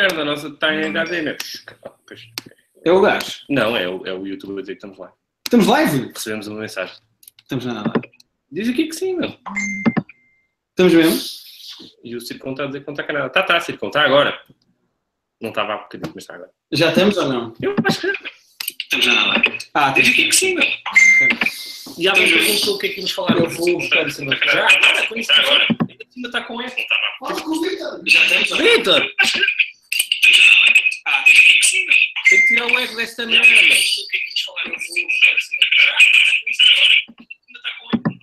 merda, a nossa está em HD, né? É o gajo? Não, é o YouTube a dizer que estamos lá. Estamos live? Recebemos uma mensagem. Estamos nada live. Diz aqui que sim, meu. Estamos mesmo? E o Circon está a dizer que não está cá nada. Está, Circon, está agora. Não estava há bocadinho, mas está agora. Já estamos ou não? Eu acho que já. Estamos nada lá. Diz aqui que sim, meu. E há alguém perguntou o que é que íamos falar. Eu vou buscar essa noite. Já, agora, com isto agora. Ainda está com esta. Fala com o Vitor. Já estamos. Vitor! Tem que tirar o ego desta merda. O que é que vamos falar? Eu vou buscar essa noite. Ainda está com esta.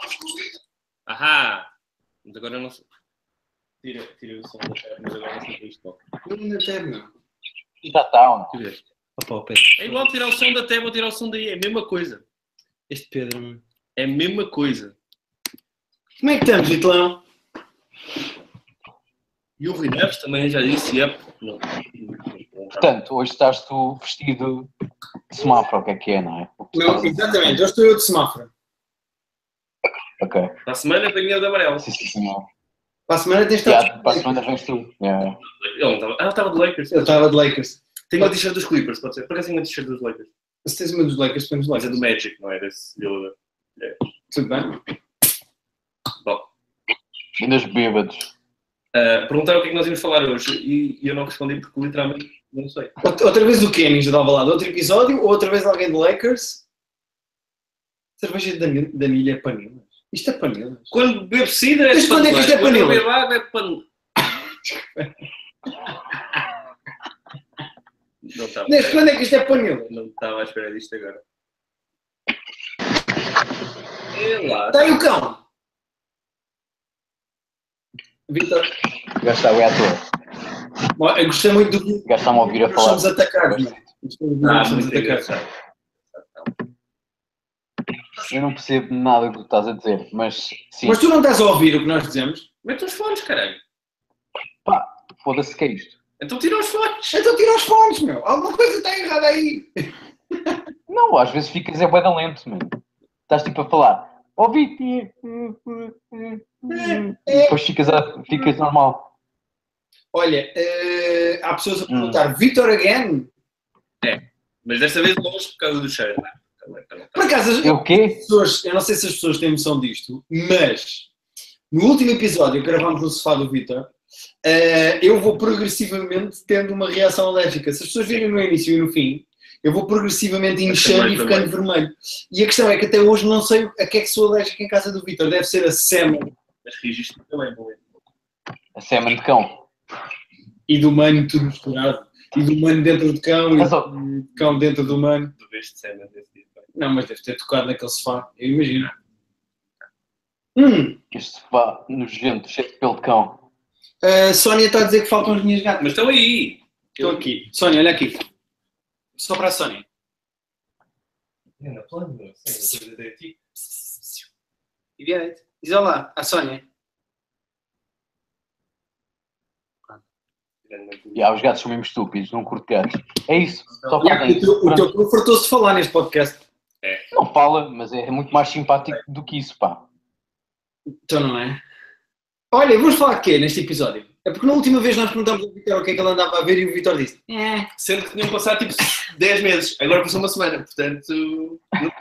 Ahá. Mas agora não sei. Tira o som da terra, mas agora não sei o que é isto. Não na terra, não. Já está, ou não? É igual tirar o som da terra ou tirar o som daí. É a mesma coisa. Este Pedro... É a mesma coisa. Como é que estamos, Vitlão? E o Rui Neves também já disse up. Não. Portanto, hoje estás tu vestido de semáforo, o que é, não é? Não, exatamente. Hoje estou eu de semáforo. Ok. Para a semana venho de amarelo. Sim, senhor. Para a semana tens Já, estado... para a semana vens tu. Yeah. Ele não estava. Ah, estava de Lakers. Eu estava de Lakers. Tenho uma t-shirt dos Clippers, pode ser. Por acaso tenho uma t-shirt dos Lakers. Se tens uma dos Lakers, põe os Mas é Lakers. do Magic, não é desse. Tudo bem? Bom. Ainda bêbados. Perguntaram o que é que nós íamos falar hoje e eu não respondi porque literalmente não sei. Outra vez o quê, Ninja de Alvalade? Outro episódio? Ou outra vez alguém de Lakers? Cerveja da milha é panilas. Isto é panilas. Quando bebo cidra é Desde quando é que isto é panela? Quando bebo água é panela. Não estava. Desde quando é que isto é panela? Não estava à espera disto agora. É lá. Está aí o cão! Vitor, Já está bem à toa. eu gostei muito do... Já está-me a ouvir a Nós falar. somos atacados, não é? Nós somos muito atacados. engraçado. Eu não percebo nada do que tu estás a dizer, mas sim. Mas tu não estás a ouvir o que nós dizemos? Mete os fones, caralho. Pá, foda-se que é isto. Então tira os fones. Então tira os fones, meu! Alguma coisa está errada aí! Não, às vezes ficas bué da lento, mano. Estás tipo a falar. Ouvi-te. Depois ficas normal. Olha, há pessoas a perguntar, Vitor again? Mas desta vez longe por causa do cheiro. Por acaso, Eu o quê? eu não sei se as pessoas têm noção disto, mas no último episódio que gravámos no sofá do Vitor, eu vou progressivamente tendo uma reação alérgica. Se as pessoas virem no início e no fim, eu vou progressivamente inchando e ficando vermelho. E a questão é que até hoje não sei a que é que sou alérgico em casa do Vitor. Deve ser a sêmen. Mas registro também, bom. A sêmen de cão. E do humano tudo misturado. E do humano dentro do cão e do cão dentro do humano. Tu veste cena desse dia. Não, mas deve ter tocado naquele sofá. Eu imagino. Este sofá nojento, cheio de pelo de cão. A Sónia está a dizer que faltam as minhas gatas. Mas estão aí. Estou aqui. Sónia, olha aqui. Só para a Sónia. Na plano, sim. E direito. Diz olá à Sónia. Os gatos são mesmo estúpidos, não curto gatos. É isso. Só Yeah, fazem isso. o teu cão fartou-se de falar neste podcast. Não fala, mas é muito mais simpático do que isso, pá. Então não é? Olha, vamos falar de quê neste episódio? É porque na última vez nós perguntámos ao Vitor o que é que ele andava a ver e o Vitor disse Sendo que tinham passado tipo 10 meses. Agora passou uma semana. Portanto...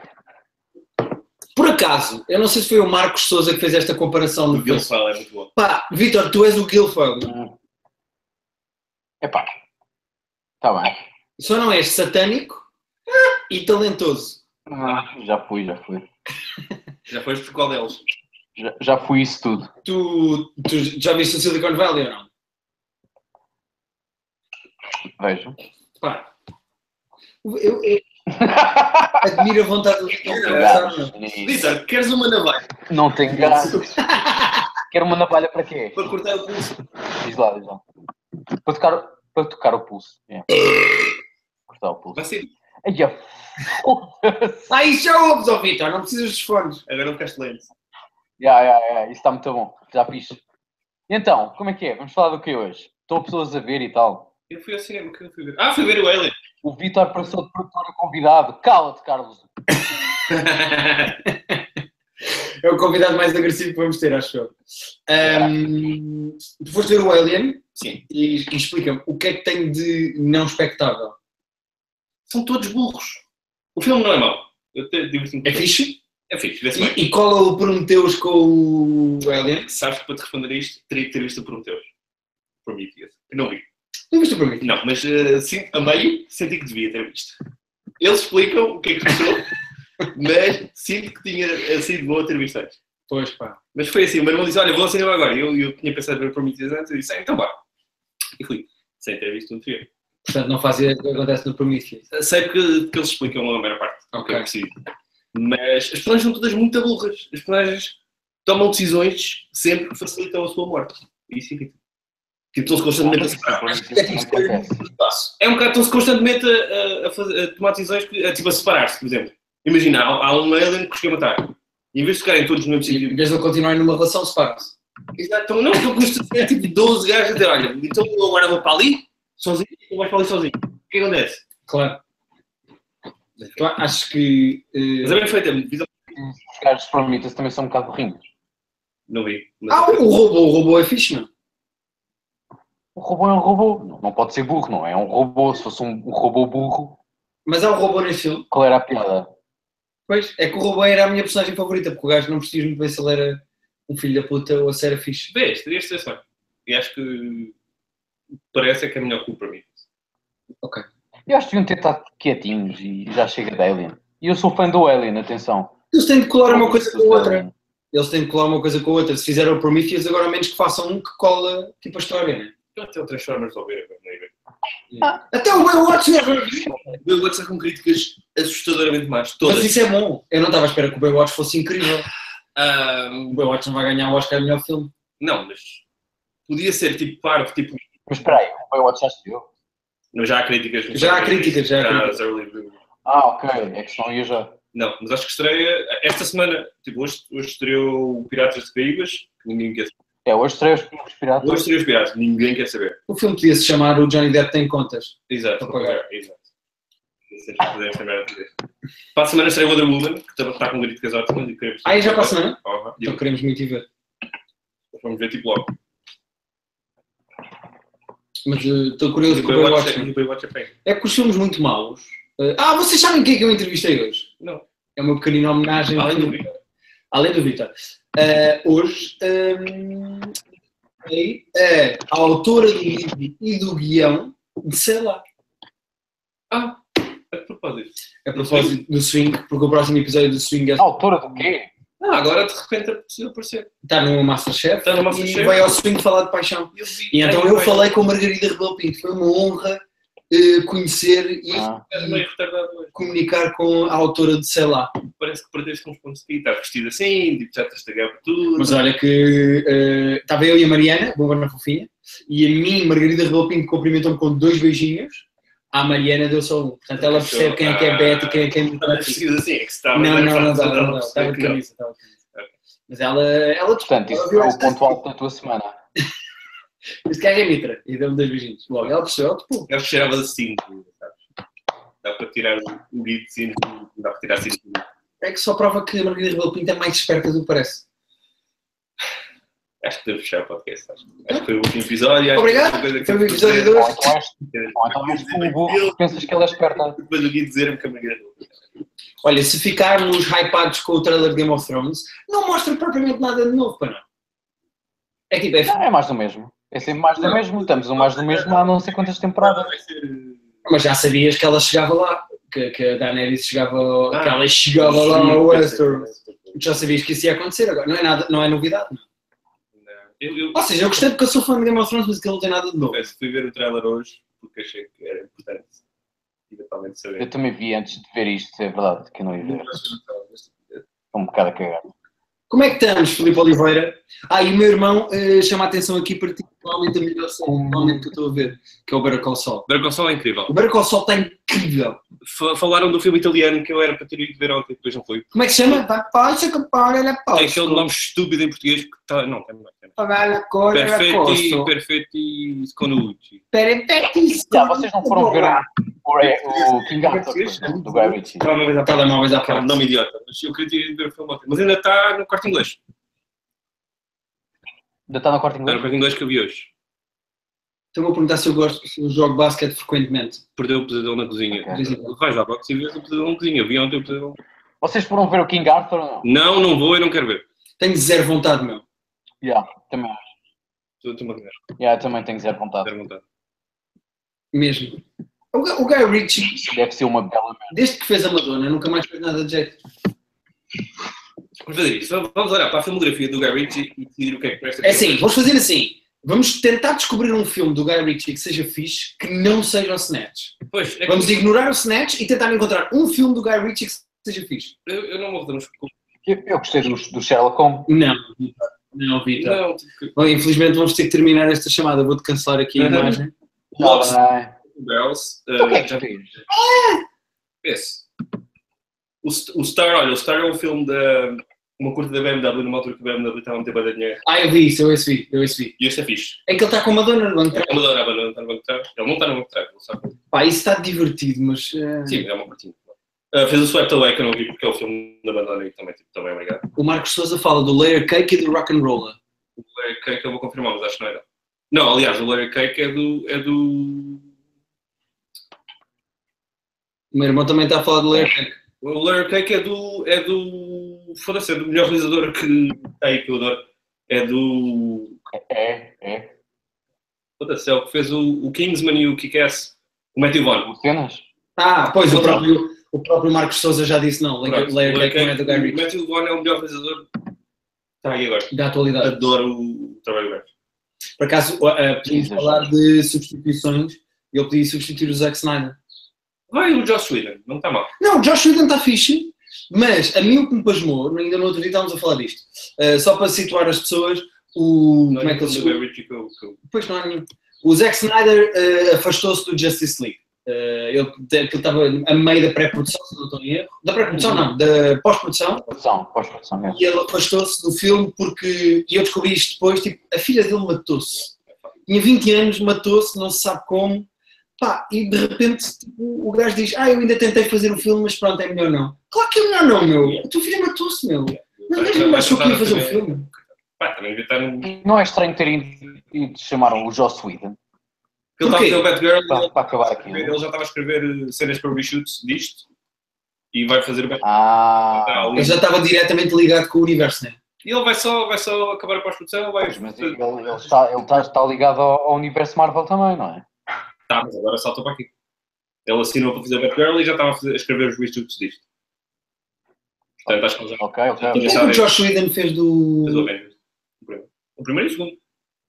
Por acaso, eu não sei se foi o Marcos Souza que fez esta comparação no O Guilford é muito bom. Pá, Vitor, tu és o Guilford. Epá, está bem. Só não és satânico e talentoso. Já fui. Já foste por qual deles? Já fui isso tudo. Tu já viste o Silicon Valley ou não? Vejo. Pá, eu admiro a vontade do Vitor de conversar, não. Vitor, queres uma navalha? Não tenho graça. Quero uma navalha para quê? Para cortar o pulso. Diz lá. Para tocar o pulso. Yeah. Cortar o pulso. Vai ser. Isso já ouves, ó Vitor, não precisas dos fones. Agora não ficaste lento. Isso está muito bom. Já fiz. E então, como é que é? Vamos falar do que hoje? Estou pessoas a ver e tal. Eu fui ao cinema, que eu fui ver. Fui ver o Alien. O Vitor passou de produtor a convidado. Cala-te, Carlos. É o convidado mais agressivo que vamos ter, acho eu. Tu foste ver o Alien? Sim. E explica-me, o que é que tem de não expectável? São todos burros. O filme não é mau. Eu digo-te É fixe? É fixe, vê-se bem. E cola o Prometheus com o Alien? Sabes que para te responder a isto, teria que ter visto o Prometheus. Prometheus. Não vi. Não viste o Prometheus? Não, mas sim, a meio senti que devia ter visto. Eles explicam o que é que gostou, mas sinto que tinha sido bom ter visto antes. Pois pá. Mas foi assim, o meu irmão disse, olha, vou ao cinema agora. Eu tinha pensado ver Prometheus antes, eu disse, então vá. E fui, sem ter visto o anterior. Portanto, não faz ideia do que acontece no Prometheus. Sei que eles explicam a maior parte. Ok. É preciso. Mas as personagens são todas muito burras. As personagens tomam decisões sempre que facilitam a sua morte. Isso irrita. Tipo, estão-se constantemente a separar. É um bocado, estão-se constantemente a tomar decisões, tipo, a separar-se, por exemplo. Imagina, há um alien que os quer matar. E em vez de ficarem todos no mesmo sítio... Em vez de continuarem numa relação, separam-se. Exato, então não, estão constantemente tipo 12 gajos a dizer, olha, então eu agora vou para ali, sozinho, e tu vais para ali sozinho. O que acontece? Claro. Tu achas que... Mas é bem feito, Os gajos de Prometheus também são um bocado burrinhos. Não vi. o robô é fixe, não? O robô é um robô. Não pode ser burro, não é? É um robô. Se fosse um robô burro, Mas há um robô nesse filme. qual era a piada? Pois, é que o robô era a minha personagem favorita, porque o gajo não percebia muito bem se ele era um filho da puta ou se era fixe. Vês, terias de ser só. E acho que parece que é melhor que o para mim. Ok. Eu acho que deviam ter estado quietinhos e já chega de Alien. E eu sou fã do Alien, atenção. Eles têm de colar uma coisa com a outra. Eles têm de colar uma coisa com a outra. Se fizeram o Prometheus, agora ao menos que façam um que cola tipo a história, né? Até o Transformers ao ver, não é ver. Até o Baywatch é O Baywatch está com críticas assustadoramente más. Todas. Mas isso é bom. Eu não estava à espera que o Baywatch fosse incrível. Ah, O Baywatch não vai ganhar o Oscar de melhor filme. não, mas podia ser tipo parvo, tipo. Mas espera aí, o Baywatch já estreou? Não, já há críticas. Já há críticas, já há críticas. Ah, ok. É que senão ia já. Não, mas acho que estreia esta semana. Tipo, hoje estreou o Piratas de Caraíbas, que ninguém quer saber. É, hoje estreia os Piratas. Hoje estreou os Piratas, ninguém quer saber. O filme podia se chamar O Johnny Depp Tem Contas. Exato. Para pagar. Exato. Para a semana estreia Wonder Woman, que está com críticas ótimas. E queremos... Ah, é já para a semana? Então Então queremos muito ir ver. vamos ver tipo logo. Mas estou curioso com o Baywatch. É que os filmes muito maus. Vocês sabem quem é que eu entrevistei hoje? Não. É uma pequenina homenagem. Além do Vitor. Além do Vitor. Hoje a autora do livro e do guião de Sei Lá. A propósito. A propósito do Swing, porque o próximo episódio do Swing A autora do quê? Agora de repente é possível aparecer. está no Masterchef, Está no Masterchef. E vai ao Swing falar de paixão. E então eu falei com a Margarida Rebelo Pinto. Foi uma honra conhecer e És meio retardado hoje. comunicar com a autora de Sei Lá. Parece que perdeste uns pontos de vida. Estás vestido assim, tipo, já estás a estragar por tudo. Mas olha que estava eu e a Mariana, bomba na fofinha, e a mim, Margarida Rebelo Pinto, cumprimentou-me com 2 beijinhos. À Mariana deu só 1. Portanto, ela percebe quem é que é Beth e quem é que é Estás vestido assim, é que se estava... Não, estava de camisa. Mas ela Portanto, isso foi o ponto alto da tua semana. Esse gajo é mitra e deu-me 2 beijinhos. Logo, ela percebeu, tipo... Eu cheirava de cinto, sabes? Dá para tirar o guito de cinto, dá para tirar cinto. É que só prova que a Margarida Rebelo Pinto é mais esperta do que parece. Acho que devo fechar o podcast. Acho que foi o último episódio. Obrigado. Foi o episódio 2. Então és tu, burro, que pensas que ela é esperta. Depois o Gui dizer-me que a Margarida... Olha, se ficarmos hypados com o trailer de Game of Thrones, não mostra propriamente nada de novo, para não. É tipo, Não, é mais do mesmo. É sempre mais do mesmo. Estamos no mais do mesmo há não sei quantas temporadas. Mas já sabias que ela chegava lá, que a Daenerys chegava, que ela chegava lá ao Westeros. Já sabias que isso ia acontecer agora. Não é nada, não é novidade. Ou seja, eu gostei porque eu sou fã de Game of Thrones, mas aquilo não tem nada de novo. Fui ver o trailer hoje porque achei que era importante eventualmente saber. Eu também vi antes de ver isto, é verdade, que eu não ia ver. Estou um bocado a cagar. Como é que estamos, Filipe Oliveira? E o meu irmão chama a atenção aqui para ti, provavelmente a melhor série provavelmente que eu estou a ver, que é o Better Call Saul. Better Call Saul é incrível. O Better Call Saul está incrível. Falaram do filme italiano que eu era para ter ido ver ontem, depois não fui. Como é que se chama? Tem aquele nome estúpido em português que está... Não, tem Perfetti Perfetti Sconucci. Perfetti. Vocês não foram ver o King Arthur, do Guy Ritchie. Telemóveis à parte. Não me idiota, mas eu queria ir ver o filme ontem. Mas ainda está no Corte Inglês. Ainda está no Corte Está Inglês? no Corte Inglês que eu vi hoje. Então vou perguntar se eu jogo basquete frequentemente. Perdeu o pesadelo na cozinha. Ok. Vais lá, boxe e vês o pesadelo na cozinha. Eu vi ontem o pesadelo. Vocês foram ver o King Arthur ou não? Não, não vou e não quero ver. Tenho zero vontade, meu. Yeah, também. Estou-me a ganhar. Yeah, também tenho zero vontade. Quero vontade. Mesmo. O Guy Ritchie, Deve ser uma bela merda. desde que fez a Madonna, nunca mais fez nada de jeito. Vamos fazer isso. Vamos olhar para a filmografia do Guy Ritchie e decidir o que é que presta. É assim, vamos fazer assim. Vamos tentar descobrir um filme do Guy Ritchie que seja fixe, que não seja o Snatch. Pois, é que Vamos ignorar o Snatch e tentar encontrar um filme do Guy Ritchie que seja fixe. eu não vou fazer Eu gostei do Sherlock Holmes. Não, Vitor. Não, tipo, Bom, infelizmente vamos ter que terminar esta chamada. Vou-te cancelar aqui a imagem. Lost Tá bem. Girls. Então o que é que tu fez? Esse. O Star, olha, o Star é um filme da. Uma curta da BMW, numa altura que a BMW estava a meter bem de dinheiro. Eu vi isso, eu esse vi. E este é fixe. É que ele está com a Madonna no banco de É trás. uma adorava, não está no banco de trás. Ele não está no banco de trás, ele sabe. Pá, isso está divertido, mas... Sim, é uma curtinha. Fez o Swept Away, que eu não vi porque é o filme da Madonna e também, tipo, também é legal. O Marcos Sousa fala do Layer Cake e do Rock'n'Roller. O Layer Cake eu vou confirmar, mas acho que não era. Não, aliás, o Layer Cake é do... O meu irmão também está a falar do Layer Cake. O Layer Cake é do... Foda-se, é do melhor realizador que aí que eu adoro. É do... É. Foda-se, é o que fez o Kingsman e o Kick-Ass. O Matthew Vaughn. Cenas? Pois, o próprio Marcos Sousa já disse não. Layer Cake não é do Guy O Ritchie. Matthew Vaughn é o melhor realizador. Está aí agora. Da atualidade. Adoro o trabalho dele. Por acaso, podíamos falar de substituições. Eu podia substituir o Zack Snyder. Vai o Joss Whedon, não está mal. Não, o Josh Whedon está fixe, mas a mim o que me pasmou, ainda no outro dia estávamos a falar disto, só para situar as pessoas, como é que ele chegou? Pois não há nenhum. O Zack Snyder afastou-se do Justice League. Ele estava a meio da pré-produção, se não estou em erro. Da pré-produção não, da pós-produção. Pós-produção mesmo. E ele afastou-se do filme porque, e eu descobri isto depois, tipo, a filha dele matou-se. Tinha 20 anos, matou-se, não se sabe como. Pá, e de repente tipo, o gajo diz, eu ainda tentei fazer o filme, mas pronto, é melhor não. Claro que é melhor não, meu. A tua filha matou-se, meu. Ninguém me achou que ia fazer o filme. Pá, também devia estar no... Não é estranho terem ido chamaram o Joss Whedon Ele estava a fazer o Batgirl para acabar aquilo. ele já estava a escrever cenas para reshoots disto e vai fazer o Batgirl. Ah, Ele já estava diretamente ligado com o universo, né? E ele vai só acabar a pós-produção, vai... pois, mas ele está ligado ao universo Marvel também, não é? Tá, mas agora saltou para aqui. Ele assinou para fazer o Batgirl e já estava a escrever os reshoots disto. Portanto, acho que ele já... Ok. O que é que o Josh Whedon fez do... Fez o Avengers. O primeiro e o segundo.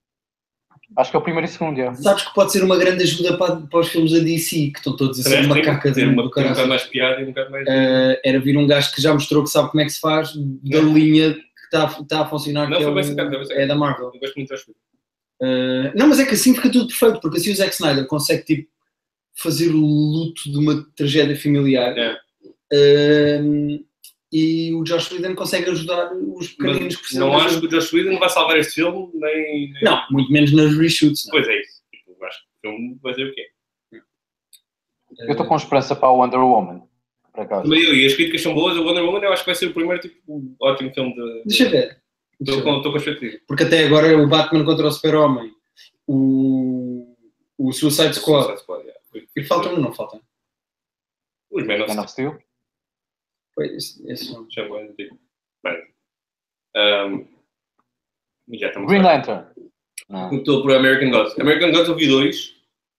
Acho que é o primeiro e segundo, já. Sabes que pode ser uma grande ajuda para os filmes da DC, que estão todos a ser macaca ter um do bocado caralho. mais piada e um bocado mais... Era vir um gajo que já mostrou que sabe como é que se faz, da linha que está a funcionar, Não, que foi bem sacado, é da Marvel. Eu gosto muito das coisas. Não, mas é que assim fica tudo perfeito, porque assim o Zack Snyder consegue tipo, fazer o luto de uma tragédia familiar. E o Josh Whedon consegue ajudar os pequeninos que precisam. Não acho que o Josh Whedon vai salvar este filme, nem... Não, muito menos nos reshoots. Não. Pois é isso. Eu acho que o filme vai ser o quê? Eu estou com esperança para o Wonder Woman, por acaso. Também eu, e as críticas são boas. O Wonder Woman eu acho que vai ser o primeiro tipo, ótimo filme de... Deixa ver. Estou com expectativa. Porque até agora o Batman contra o Super-Homem, o Suicide Squad. E faltam ou não faltam? Os Man of Steel. Pois, esse não. Já vou dizer. Bem. Já estamos Green Lantern. Não. Estou por American Gods. American Gods eu vi 2.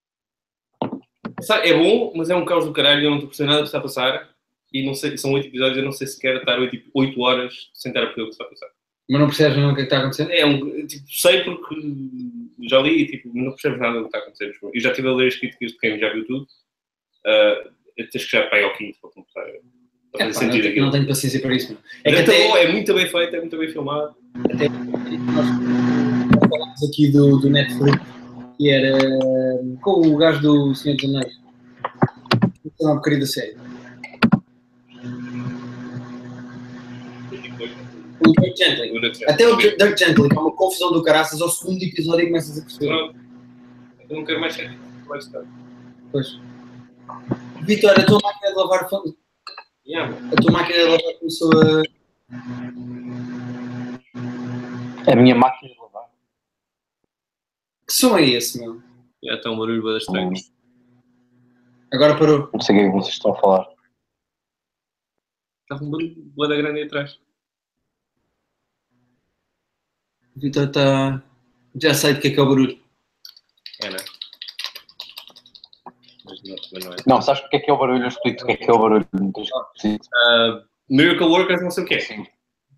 É bom, mas é um caos do caralho. Eu não estou a perceber nada do que está a passar. E não sei, são 8 episódios. Eu não sei se quero estar 8 horas sem estar a perceber o que está a passar. Mas não percebes não o que é que está acontecendo? Tipo, sei porque já li e tipo, não percebes nada do que está acontecendo. Eu já estive a ler as críticas de quem já viu tudo. Tens que já para aí ao quinto para começar a fazer sentido aquilo. Não tenho paciência para isso. É que até é muito bem feito, é muito bem filmado. Até nós falámos aqui do Netflix, que era com o gajo do Senhor dos Anéis. É uma querida série. O Dirk Gently. Até o Dirk Gently, que é uma confusão do caraças, ao segundo episódio e começas a perceber. Pronto. Eu não quero mais ser. Pois. Vitor, a tua máquina de lavar Yeah. a tua máquina de lavar começou a... A minha máquina de lavar. Que som é esse, meu? Já está um barulho bastante estranho. Agora parou. Não sei o que é que vocês estão a falar. Está um barulho bada grande aí atrás. O Vitor está... Já sei do que é o barulho. É, não é? Mas não é. Não, sabes porque é que é o barulho? Eu explico o que é o barulho. Não tens que dizer. Miracle Workers, não sei o quê. Sim.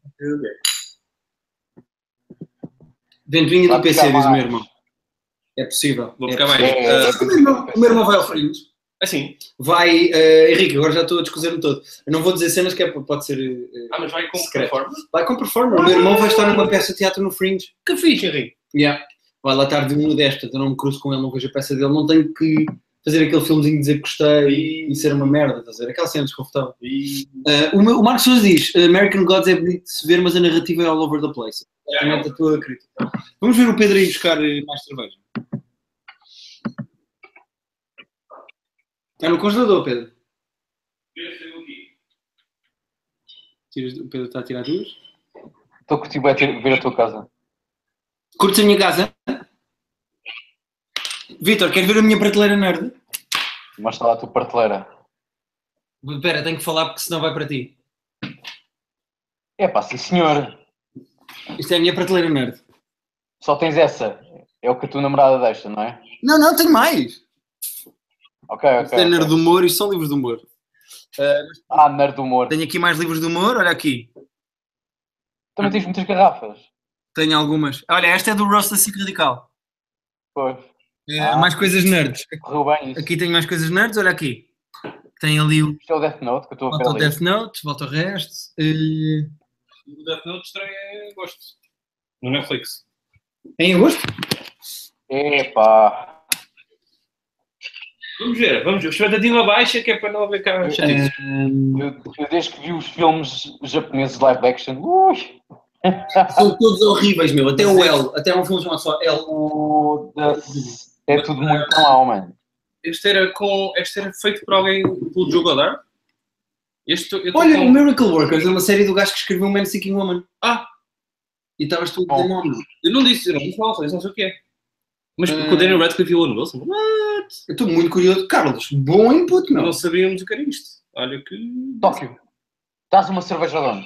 Ventoinha Vai do PC, buscar diz o meu mais. irmão. É possível. Vou É buscar mais. possível. É, O meu irmão vai ao Fringe. Assim. Vai... Henrique, agora já estou a descozer-me todo. Eu não vou dizer cenas que pode ser... Mas vai com secreto. performance? Vai com performer. O meu irmão vai estar numa peça de teatro no Fringe. Que fixe, Henrique. Yeah. Vai lá estar de modesta. Eu não me cruzo com ele, não vejo a peça dele. Não tenho que fazer aquele filmezinho de dizer que gostei e ser uma merda. Estás a ver? Aquela cena desconfortável. O Marcos Sousa diz American Gods é bonito de se ver, mas a narrativa é all over the place. Exatamente a tua crítica. Vamos ver o Pedro aí buscar mais cerveja. Está no congelador, Pedro. O Pedro está a tirar duas. Estou a curtir bem ver a tua casa. Curtes a minha casa? Vitor, queres ver a minha prateleira nerd? Mostra lá a tua prateleira. Espera, tenho que falar porque senão vai para ti. É pá, sim senhor. Isto é a minha prateleira nerd. Só tens essa. É o que a tua namorada deixa, não é? Não, tenho mais. Ok. Isto é nerd de humor, isto são livros de humor. Nerd do humor. Tenho aqui mais livros de humor, olha aqui. Também tens muitas garrafas. Tenho algumas. Olha, esta é do Ross da SIC Radical. Pois. Mais coisas nerds. Correu bem isso. Aqui tenho mais coisas nerds, olha aqui. Tem ali o Isto é o Death Note que eu estou a ver volta ao ali. Death Note, volta ao resto. O Death Note estreia em agosto. No Netflix. Em agosto? Epá. Vamos ver. Expectativa baixa, que é para não haver cá chatices. Eu desde que vi os filmes japoneses live action, ui, São todos horríveis, meu. Até o L. Até um filme chamado só L. é tudo muito mal, mano. Este era feito por alguém pelo Joe Goddard. Olha, o Miracle Workers é uma série do gajo que escreveu Man Seeking Woman. E estavas tu a dizer nome. Eu não disse mal, não sei o que é. Mas com o Daniel Radcliffe e o Owen Wilson. What? Eu estou muito curioso. Carlos, bom input, meu. Não sabíamos o que era isto. Olha que... Tóquio, estás uma cerveja de onde?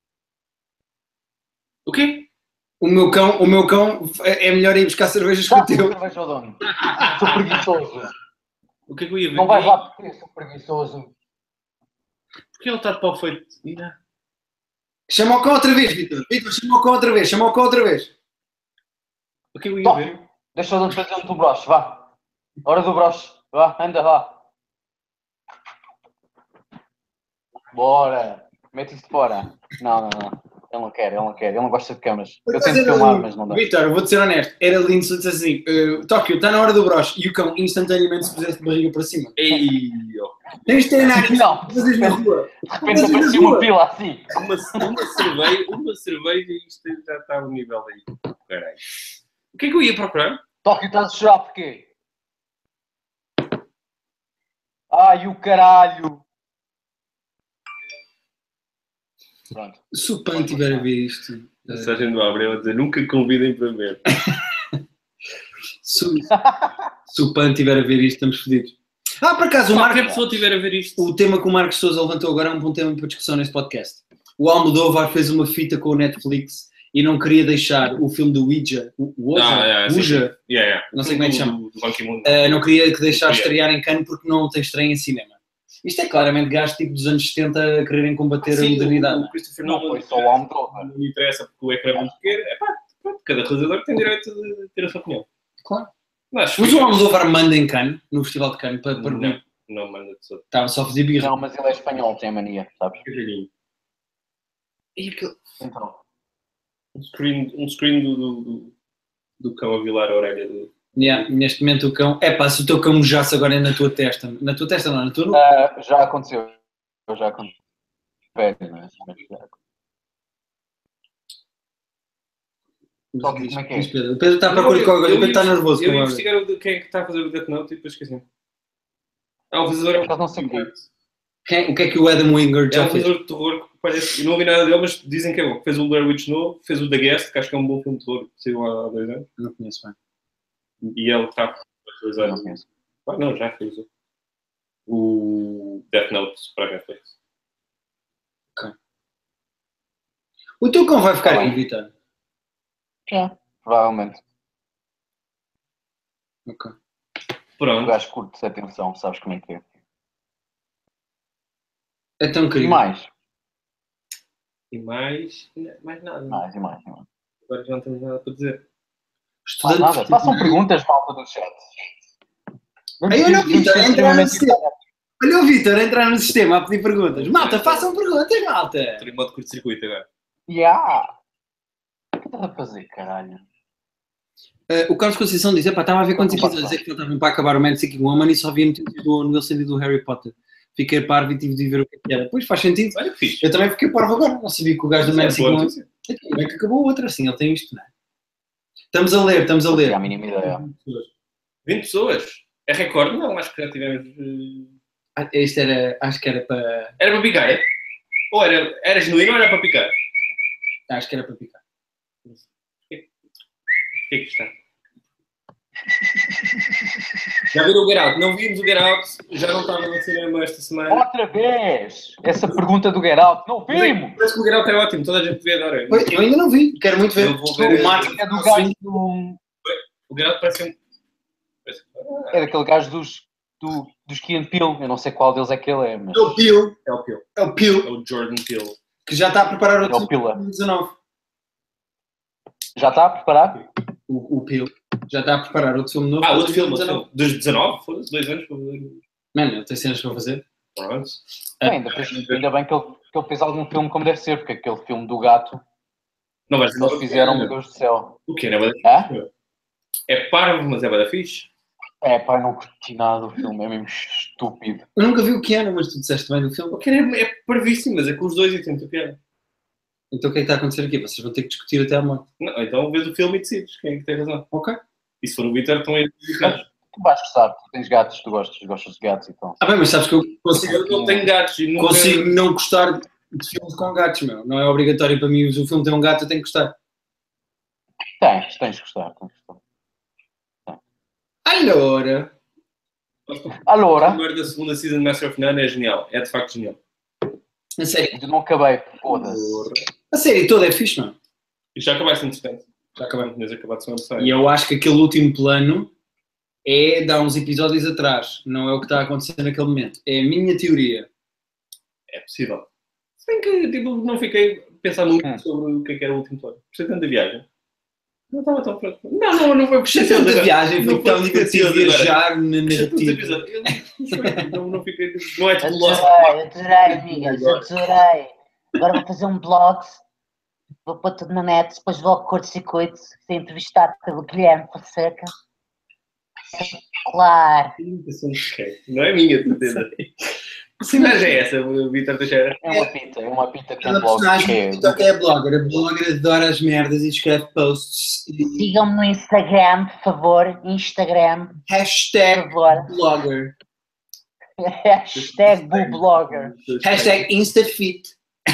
O quê? O meu cão é melhor ir buscar cervejas que o Estás uma teu. cerveja de onde? Sou preguiçoso. O que é que eu ia ver? Não vais lá porque sou preguiçoso. Porque ele está de pau feito. Chama o cão outra vez, Vitor. Vitor, chama o cão outra vez. Chama o cão outra vez. O que é que eu ia ver? Tóquio, deixa eu fazer um do broche, vá. Hora do broche, vá, anda lá. Bora. Mete isso fora. Não. Ele não quer. Ele não gosta de câmaras. Eu tento filmar, mas não dá. Vitor, vou-te ser honesto. Era lindo se eu dissesse assim: Tóquio, está na hora do broche. E o cão instantaneamente se pusesse de barriga para cima. Ei, Tens de ter aqui. Não. Fazes na rua. De repente aparecia uma pila assim. uma cerveja e isto já está no nível daí. Caralho. O que é que eu ia procurar? Tóquio, estás a chorar porquê? Ai, o caralho. Pronto. Se o Pan estiver a ver isto. Mensagem do Abreu a dizer nunca convidem para ver. Se o Pan estiver a ver isto, estamos fodidos. Por acaso, o Qualquer Marcos. pessoa estiver a ver isto. O tema que o Marcos Sousa levantou agora é um bom tema para discussão neste podcast. O Almodóvar fez uma fita com o Netflix e não queria deixar o filme do Ouija, Ouija, não sei como é que chama, não queria que deixasse estrear em Cannes porque não tem estreia em cinema. Isto é claramente gajo tipo dos anos 70 a quererem combater a modernidade. O Christopher Não Nolan foi só o Almodóvar. não me interessa porque o ecrã é muito pequeno. Pronto, cada realizador tem direito de ter a sua opinião. Claro. Mas o Almodóvar manda em Cannes, no Festival de Cannes, para não manda de todo. Estava só a fazer birra. Não, mas ele é espanhol, tem a mania, sabes? Que velhinho. E aquele... Então. Um screen do cão a vilar a orelha do... Neste momento o cão... se o teu cão mojasse agora é na tua testa. Na tua testa não, na tua nuca. Já aconteceu. Velho, não é? Como é que é? O Pedro está a procurar qualquer coisa, o Pedro está nervoso. Eu ia investigar quem é que está a fazer o Death Note e depois esqueci. O realizador é Mas não sei quem. O que é que o Adam Wingard É já um fez? realizador de terror que parece. Eu não vi nada dele, mas dizem que é bom. Fez o Blair Witch novo, fez o The Guest, que acho que é um bom filme de terror, que saiu há 2 anos. Não conheço bem. E ele está a realizar. Não conheço. Não, já fez o Death Note para a Netflix. O teu cão vai ficar Tá aí, bem. Vitor? Provavelmente. Ok. O Pronto. gajo curte de atenção, sabes como é que é. É tão E querido. mais? E mais nada. Mais. Agora já não temos nada para dizer. Mais Estudante nada. de Façam futebol. perguntas, malta do chat. Aí olha o Vitor a entrar no extremamente sistema. Olha o Vitor a entrar no sistema a pedir perguntas. Malta, façam perguntas, malta. Estou em modo curto-circuito agora. Yeah. O que estás a fazer, caralho? O Carlos Conceição diz: estava a ver quantos episódios é que faltavam para acabar o Man Seeking Woman e só havia notícias no Wilson e do Harry Potter. Fiquei parvo e tive de ver o que era. Pois faz sentido. Olha que fixe. Eu também fiquei parvo agora. Não sabia que o gajo do Man É boa Seeking Woman. notícia. Como é que acabou o outro assim? Ele tem isto, não é? Estamos a ler. Não tinha a mínima ideia. 20 pessoas? É recorde? Não, acho que já tivemos. Este era, acho que era para. Era para picar, é? Ou era genuíno ou era para picar? Acho que era para picar. O que é que está? Já viram o Get Out? Não vimos o Get Out, já não estava no cinema esta semana. Outra vez! Essa pergunta do Get Out. Não vimos! Parece que o Get Out é ótimo, toda a gente devia adorar. Pois, eu ainda não vi. Quero muito ver. Eu vou ver. O Mato É do gajo do... O Get Out parece um. É daquele gajo dos Key and Peele. Eu não sei qual deles é que ele é, mas... É o Pio. É o Peele. É o Pio. É o Jordan Peele. Que já está a preparar É outro o Pila. 2019. Já está a preparar? O Pio. Já está a preparar outro filme novo. Ah, para outro filme. 2019. Dos 19? Foda-se, 2 anos para ver. Mano, ele tem cenas para fazer. Pronto. Ainda bem que ele fez algum filme como deve ser, porque aquele filme do gato Não vai que ser eles fizeram, meu Deus do céu. O que é bada Hã? fixe? É parvo, mas é bada fixe. É, pá, eu não curti nada do filme, é mesmo estúpido. Eu nunca vi o Keanu, mas tu disseste bem do filme. O que é parvíssimo, mas é com os dois e tem muita piada. Então o que é que está a acontecer aqui? Vocês vão ter que discutir até à morte. Não, então vês o filme e decides quem é que tem razão. Ok. E se for o Vitor, estão aí dedicados. Tu vais gostar, tu tens gatos, tu gostas de gatos, então. Ah bem, mas sabes que eu consigo, Eu não tenho gatos e nunca... consigo não gostar de filmes com gatos, meu. Não é obrigatório para mim. Se o filme tem um gato, eu tenho que gostar. Tens de gostar, tens de gostar. Allora. Allora, O primeiro da segunda season de Master of None é genial. É de facto genial. A série. ainda não acabei, foda-se. A série toda é fixe, mano. E já acabaste, entretanto. Já acabei. Tinhas acabado de semana E eu acho que aquele último plano é de há uns episódios atrás. Não é o que está a acontecer naquele momento. É a minha teoria. É possível. Se bem que tipo, não fiquei a pensar muito sobre o que era o último plano. Gostei tanto da viagem. Não estava tão pronto. Não foi Gostei tanto da viagem, foi Não tão foi divertido divertido viajar na Gostei tanto do narrativa. episódio. Não fiquei... Não é tipo Lost. Adorei, amigas, adorei. Agora vou fazer um blog, vou pôr tudo na net, depois vou ao curto-circuito, ser entrevistado pelo Guilherme Fonseca. Claro. Não é minha, de certeza. Que imagem é essa, Vitor Teixeira? É uma pita que tem Cada blog. personagem que é blogger. A blogger adora as merdas e escreve posts. Sigam-me no Instagram, por favor. Instagram, por Hashtag favor. blogger. Hashtag BuBlogger. Hashtag Instafit.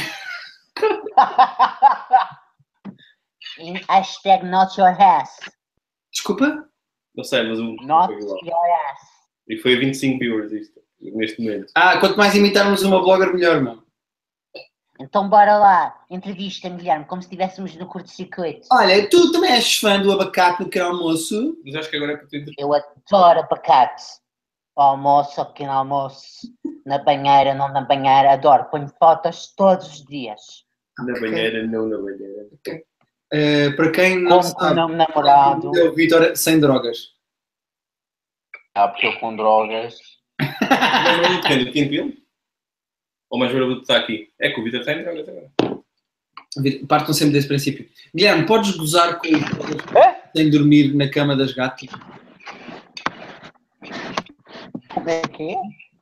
Hashtag not your ass. Desculpa? Não sei, mas o. Not your ass. E foi a 25 viewers isto, neste momento. Quanto mais imitarmos uma blogger, melhor, meu. Então bora lá. Entrevista-me, Guilherme, como se estivéssemos no curto-circuito. Olha, tu também és fã do abacate no pequeno almoço? Mas acho que agora é para tu entrevistar. Eu adoro abacate. Ao almoço, ao pequeno almoço, na banheira, não na banheira, adoro. Ponho fotos todos os dias. Na banheira, não na banheira. Para quem não Como com o sabe, meu namorado. é o Vitor sem drogas. Porque eu com drogas. Mais barulho de quem? Do Kim Ou mais barulho de estar aqui? É que o Vitor está em drogas agora. Partam sempre desse princípio. Guilherme, podes gozar com sem dormir na cama das gatas? Como é que é?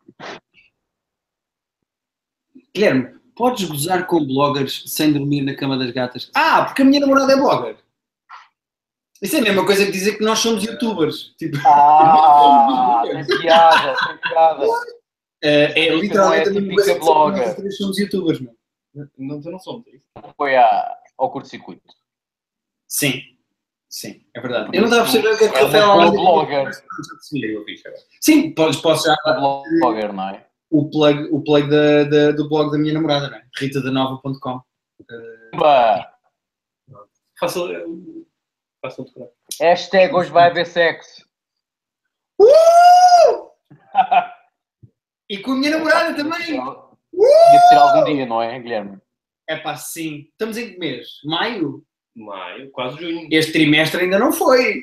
Guilherme, podes gozar com bloggers sem dormir na cama das gatas? Porque a minha namorada é blogger. Isso é a mesma coisa que dizer que nós somos youtubers. Tipo, Tem piada, tem namorada. É literalmente Não é a mesma coisa típica que nós blogger. três somos youtubers, meu. Não somos isso. Foi ao curto-circuito. Sim, sim, é verdade. Eu não estava a perceber o que é que É o Rafael uma boa Almeida... blogger. Sim, posso já dar Uma blogger, não é? o plug do blog da minha namorada, não é? ritadanova.com. Bah. Façam decorar. Hashtag hoje vai haver sexo. E com a minha namorada também! Tinha de ser algum dia, não é, Guilherme? É pá, sim. Estamos em que mês? Maio? Maio, quase junho. Este trimestre ainda não foi.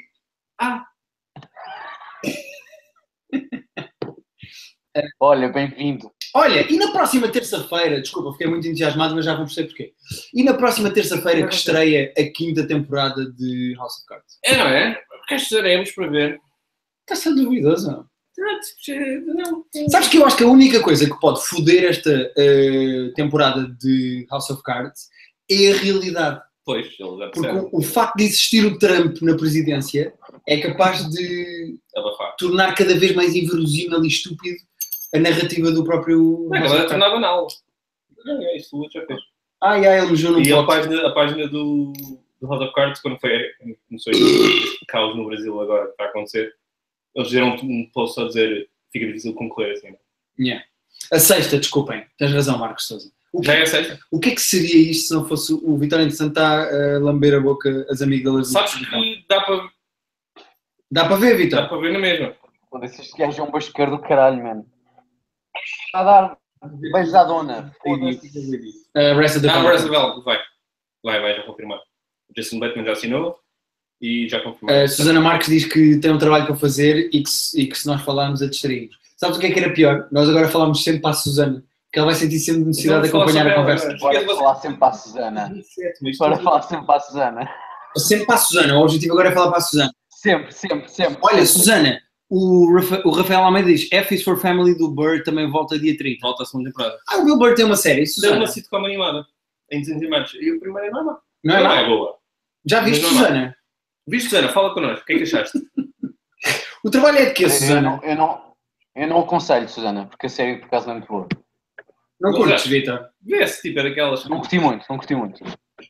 Olha, bem-vindo. Olha, e na próxima terça-feira, desculpa, fiquei muito entusiasmado, mas já vamos perceber porquê. E na próxima terça-feira que estreia a 5ª temporada de House of Cards? É, não é? Porque estaremos para ver. Está a ser duvidoso, não? Não. Sabes que eu acho que a única coisa que pode foder esta temporada de House of Cards é a realidade. Pois, ele já Porque percebe. o facto de existir o Trump na presidência é capaz de Abafar. tornar cada vez mais inverosímil e estúpido a narrativa do próprio... Não, agora é tornar banal. Não, é isso, o outro já fez. Ele elogiou num E a post. página do House of Cards, quando começou este caos no Brasil agora que está a acontecer, eles fizeram um post a dizer fica difícil concorrer assim. Yeah. A sexta, desculpem. Tens razão, Marcos Sousa. Já é a sexta. O que é que seria isto se não fosse o Vitória Interessante está a lamber a boca as amígdalas? Sabes que dá para Dá para ver, Vitor? ver na mesma. Foda-se, este gajo é um basqueiro do caralho, mano. Está a dar beijos à dona. Foda-se. Rest of the Não, Family. Brazzaville, vai já confirmar. O Jason Bateman já assinou e já confirmou. A Susana Marques diz que tem um trabalho para fazer e que se nós falarmos a distraímos. Sabes o que era pior? Nós agora falamos sempre para a Susana, que ela vai sentir sempre necessidade de Vamos falar acompanhar a sobre conversa. ela, Bora falar sempre para a Susana. Mas Bora falar sempre para a Susana. Sempre para a Susana. O objetivo agora é falar para a Susana. Sempre, sempre, sempre. Olha, Susana, o Rafael Almeida diz F is for Family do Bird também volta dia 30. volta a segunda temporada. O Bill Burr tem uma série, Deu Susana. uma sitcom animada em desenhos animados. E o primeiro é normal. Não é Não má? é boa. Já viste, Mas não é má. Susana? Viste, Susana? Fala connosco. O que é que achaste? O trabalho é de quê, Susana? Eu não aconselho, Susana, porque a série por acaso não é muito boa. Não Não curtes, gosto. Vitor? Vê-se, tipo, é daquelas. Não curti muito, não curti muito.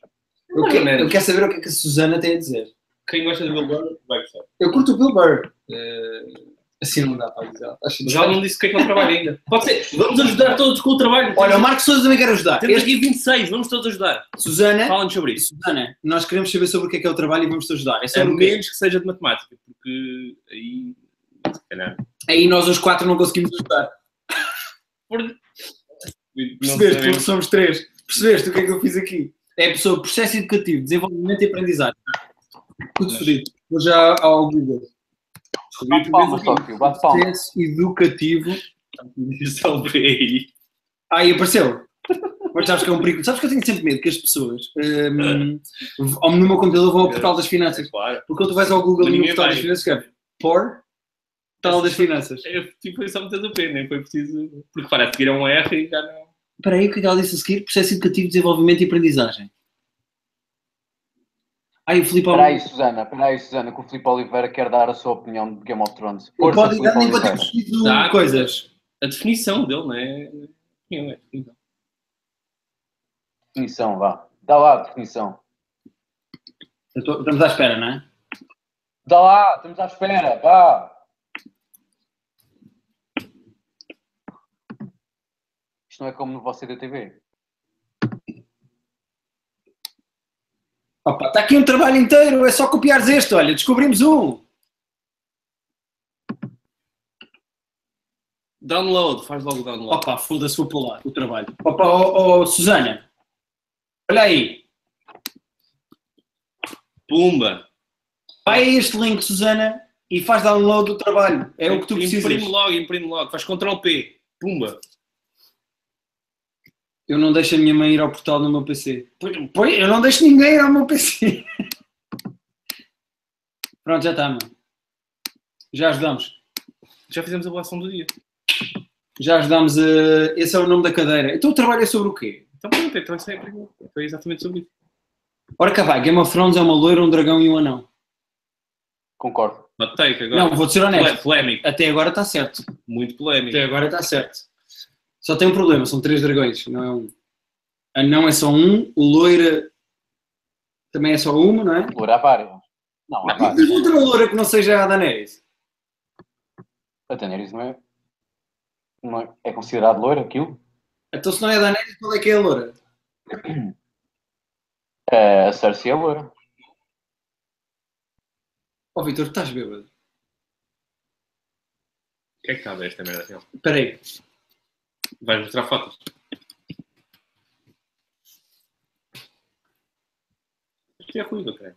Eu quero saber o que é que a Susana tem a dizer. Quem gosta de Bill Burr vai gostar. Eu curto o Bill Burr. Assim não dá para dizer. Mas ela não disse o que é que é o trabalho ainda. Pode ser. Vamos ajudar todos com o trabalho. Olha, o Marcos Sousa também quer ajudar. Temos aqui 26, vamos todos ajudar. Susana, Falem sobre isso. Susana, nós queremos saber sobre o que é o trabalho e vamos-te ajudar. É A sobre o quê? menos que seja de matemática, porque aí. Se calhar. Aí nós os 4 não conseguimos ajudar. Não Percebeste? Porque sabemos. somos 3. Percebeste o que é que eu fiz aqui? É a pessoa, processo educativo, desenvolvimento e aprendizagem. Tudo fodido. Vou já ao Google. Bate palmas, Tóquio, bate palmas. Processo educativo. Salvei aí. Aí apareceu. Mas sabes que é um perigo. Sabes que eu tenho sempre medo que as pessoas, no meu computador, vão ao portal das finanças. Claro. Porque quando tu vais ao Google Mas e no ninguém portal vai. das finanças, escreve portal das finanças. Foi só muitas a pena, nem foi preciso. Porque para seguir um R e já não. Espera aí, o que é que ela disse a seguir? Processo educativo, desenvolvimento e aprendizagem. Aí o Filipe Espera aí, Susana, que o Filipe Oliveira quer dar a sua opinião de Game of Thrones. Força, pode ir Filipe dando enquanto eu Oliveira. pesquiso Dá. coisas. A definição dele, não é? Não é definição. Definição, vá. Dá lá a definição. Estamos à espera, não é? Dá lá, estamos à espera, vá. Isto não é como no Você da TV. Opa, está aqui um trabalho inteiro, é só copiares este, olha, descobrimos um. Download, faz logo o download. Opa, foda-se, vou pular o trabalho. Opa, Susana, olha aí, Pumba! vai a este link, Susana, e faz download do trabalho, é o que tu precisas. Imprime logo, faz Ctrl P. Pumba! Eu não deixo a minha mãe ir ao portal no meu PC. Pois, eu não deixo ninguém ir ao meu PC. Pronto, já está, mano. Já ajudamos. Já fizemos a boa ação do dia. Já ajudamos a... Esse é o nome da cadeira. Então o trabalho é sobre o quê? Então pronto, então isso é exatamente sobre isso. Ora cá vai, Game of Thrones é uma loira, um dragão e um anão. Concordo. Hot take agora. Não, vou-te ser honesto. Polémico. Até agora está certo. Muito polémico. Até agora está certo. Só tem um problema, são 3 dragões, não é um. A não é só um, o loira também é só uma, não é? Loura há várias. Não, há várias. E outra loira que não seja a Daenerys? A Daenerys não é, é considerado loira aquilo? Então se não é a Daenerys, qual é que é a loira? A Cersei é loira. Ó Vitor, tu estás bêbado? O que é que está a ver esta merda? Afinal? Espera aí. Vais mostrar fotos? Isto é ruído, cara.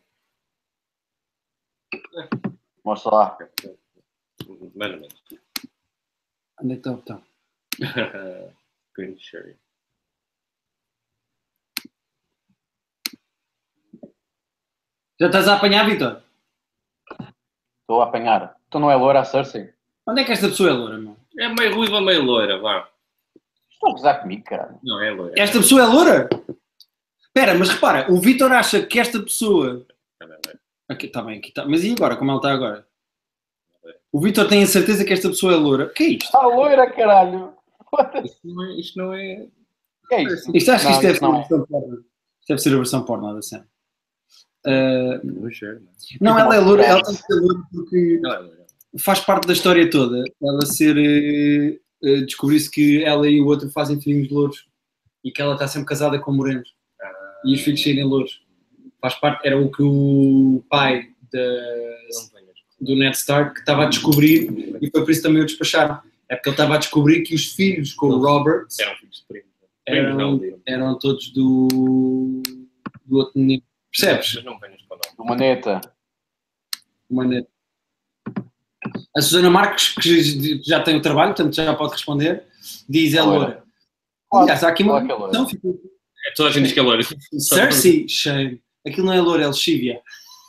Mostra lá. Mano. Onde é que está o botão? Green Sherry. Já estás a apanhar, Vitor? Estou a apanhar. Então não é loira a Cersei? Onde é que esta pessoa é loira, meu? É meio ruiva, meio loira, vá. Estão a gozar comigo, caralho. Não é loira. Esta pessoa é loira? Espera, mas repara, o Vitor acha que esta pessoa... Aqui, está bem, aqui está. Mas e agora? Como ela está agora? O Vitor tem a certeza que esta pessoa é loira? O que é isto? Está loira, caralho. Isto não é... Que é isso? Isto acho que isto deve ser não a é. versão porno. Isto deve ser a versão porno da cena. Green Sherry, Não, ela é loira, ela tem que ser loira porque não é loira. faz parte da história toda. Ela ser... descobrir-se que ela e o outro fazem filhos louros e que ela está sempre casada com morenos. E os filhos saírem louros. Faz parte, era o que o pai do Ned Stark estava a descobrir e foi por isso também o despacharam. É porque ele estava a descobrir que os filhos com o Robert Eram filhos de primos. Primos não. eram todos do outro menino. Percebes? Mas não venhas para não. Do Maneta. Uma Ned. A Susana Marques, que já tem o trabalho, portanto já pode responder, diz é loira. Aliás, há aqui uma Claro que é loira. questão. Toda a gente diz que é loira. Cersei, shame. Aquilo não é loura, é lexívia.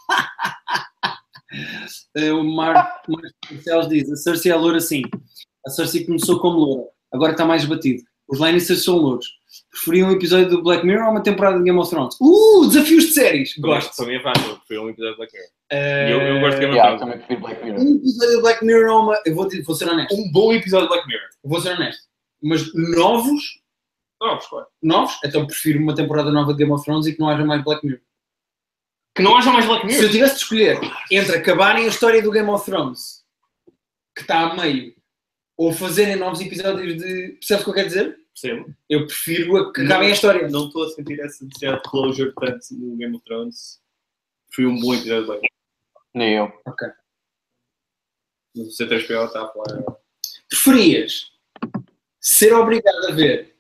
O Marco Marcelo diz, a Cersei é loura sim. A Cersei começou como loura, agora está mais batido. Os Lannisters são louros. Preferiam um episódio do Black Mirror ou uma temporada de Game of Thrones? Desafios de séries! Gosto. Para mim é fácil. Foi um episódio de Black Mirror. Eu gosto de Game of Yeah, Thrones. também prefiro Black Mirror. Um episódio de Black Mirror ou uma... Eu vou ser honesto. Um bom episódio de Black Mirror. Vou ser honesto. Mas novos, Claro. então prefiro uma temporada nova de Game of Thrones e que não haja mais Black Mirror. Que não haja mais Black Se eu Mirror. tivesse de escolher entre acabarem a história do Game of Thrones, que está a meio, ou fazerem novos episódios de... Percebes o que eu quero dizer? Percebo. Eu prefiro que acabem a história. Não estou a sentir essa necessidade de closure tanto no Game of Thrones. Foi um bom episódio de Black Mirror. Nem eu. Ok. Mas o C3PO está a falar. Preferias ser obrigado a ver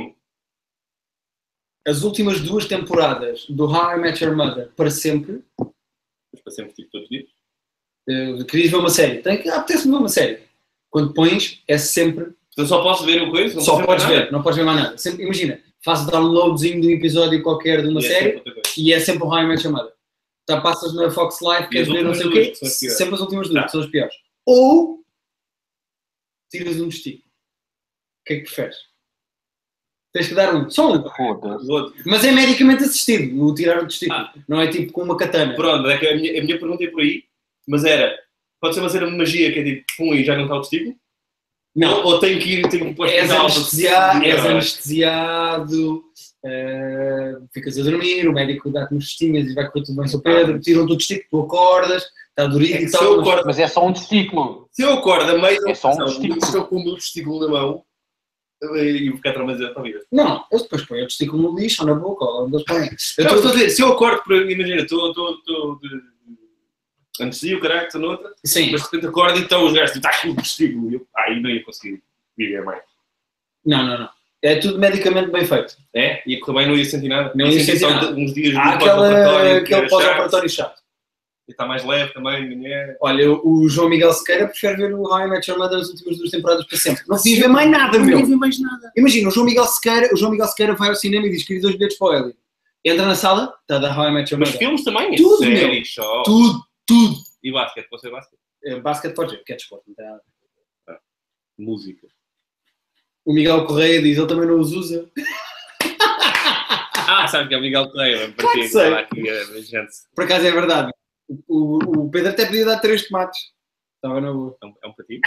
as últimas 2 temporadas do How I Met Your Mother para sempre? Mas para sempre tipo todos os dias. Querias ver uma série? Apetece-me ver uma série. Quando pões, é sempre... Então só posso ver o coisa? Não Só posso podes nada? ver, não podes ver mais nada. Sempre, imagina, fazes downloadzinho de um episódio qualquer de uma E é série sempre outra coisa. e é sempre o How I Met Your Mother. Então passas na Fox Live, queres as ver não últimas sei o duas, quê, que são as piores. sempre as últimas 2, Tá. que são as piores. Ou tiras um testículo. O que é que preferes? Tens que dar um, só um. Foda-se. Os outros. Mas é medicamente assistido, o tirar o testículo. Não é tipo com uma katana. Pronto, é que a minha pergunta é por aí, mas era, pode ser uma cena de magia que é tipo, pum, e já não está o testículo? Não, Ou tenho que ir para o és hospital? anestesiado, ficas a dormir, o médico dá-te uns testinhas e vai correr tudo bem, Sr. Pedro, tiram-te o testículo, tu acordas, está durinho É que e se eu tal. acordo- Mas é só um testículo. Se eu acordo a meio da É só um operação, testículo. estou com o meu testículo na mão e vou ficar traumatizado para a vida. Não, eu depois ponho o testículo no lixo ou na boca, ou onde eles põem. Eu estou a dizer, se eu acordo, imagina, estou de anestesia, o caralho, estou noutra, Sim, mas de repente acordo e estão os gajos, está aqui o testículo, e eu, aí não ia conseguir viver mais. não. É tudo medicamente bem feito. É? Ia correr bem, não ia sentir nada. Não ia sentir só nada. uns dias Há de pós-operatório, aquele pós-operatório chato. e está mais leve também, amanhã. Olha, o João Miguel Sequeira prefere ver o How I Met Your Mother as últimas 2 temporadas para sempre. Não quis ver mais nada, meu. ver mais nada. Imagina, o João Miguel Sequeira vai ao cinema e diz: queria 2 bilhetes para o Hélio. Entra na sala, está da How I Met Your Mas Mother. filmes também, Tudo, séries, só. Tudo. E basquete, pode ser basquete. Basquete pode ser, porque é desporto, não tem nada. Música. O Miguel Correia diz: ele também não os usa. Sabe que é o Miguel Correia, Claro que sei. aqui a gente. Por acaso é verdade. O Pedro até podia dar 3 tomates. Estava na boa. É um patinho.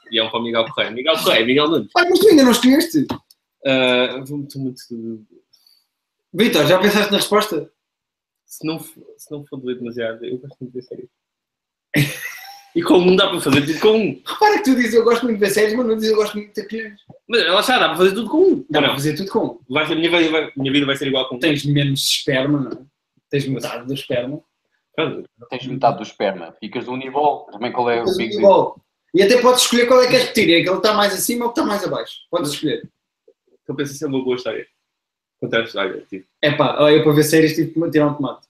E é um para o Miguel Correia. Miguel Correia, Miguel Nunes. Ah, mas tu ainda não escolheste. Estou muito... Vitor, já pensaste na resposta? Se não for doer demasiado, eu gosto muito de ver séries. E com um dá para fazer tudo com um. Repara que tu dizes eu gosto muito de ver séries, mas não dizes eu gosto muito de ter colheres. Mas lá está, dá para fazer tudo com um. Dá Ou para não? fazer tudo com um. Vai ser, minha vida vai ser igual com um. Tens menos esperma, não é? Tens metade do esperma. Pronto. Tens metade do esperma. Ficas do Unibol. Também qual é o Tens Big Big? igual. E até podes escolher qual é que queres repetir. É aquele que está mais acima ou que está mais abaixo. Podes escolher. Eu penso que isso é uma boa história. Contar a história, tipo. É pá, eu para ver séries tive que tirar um tomate.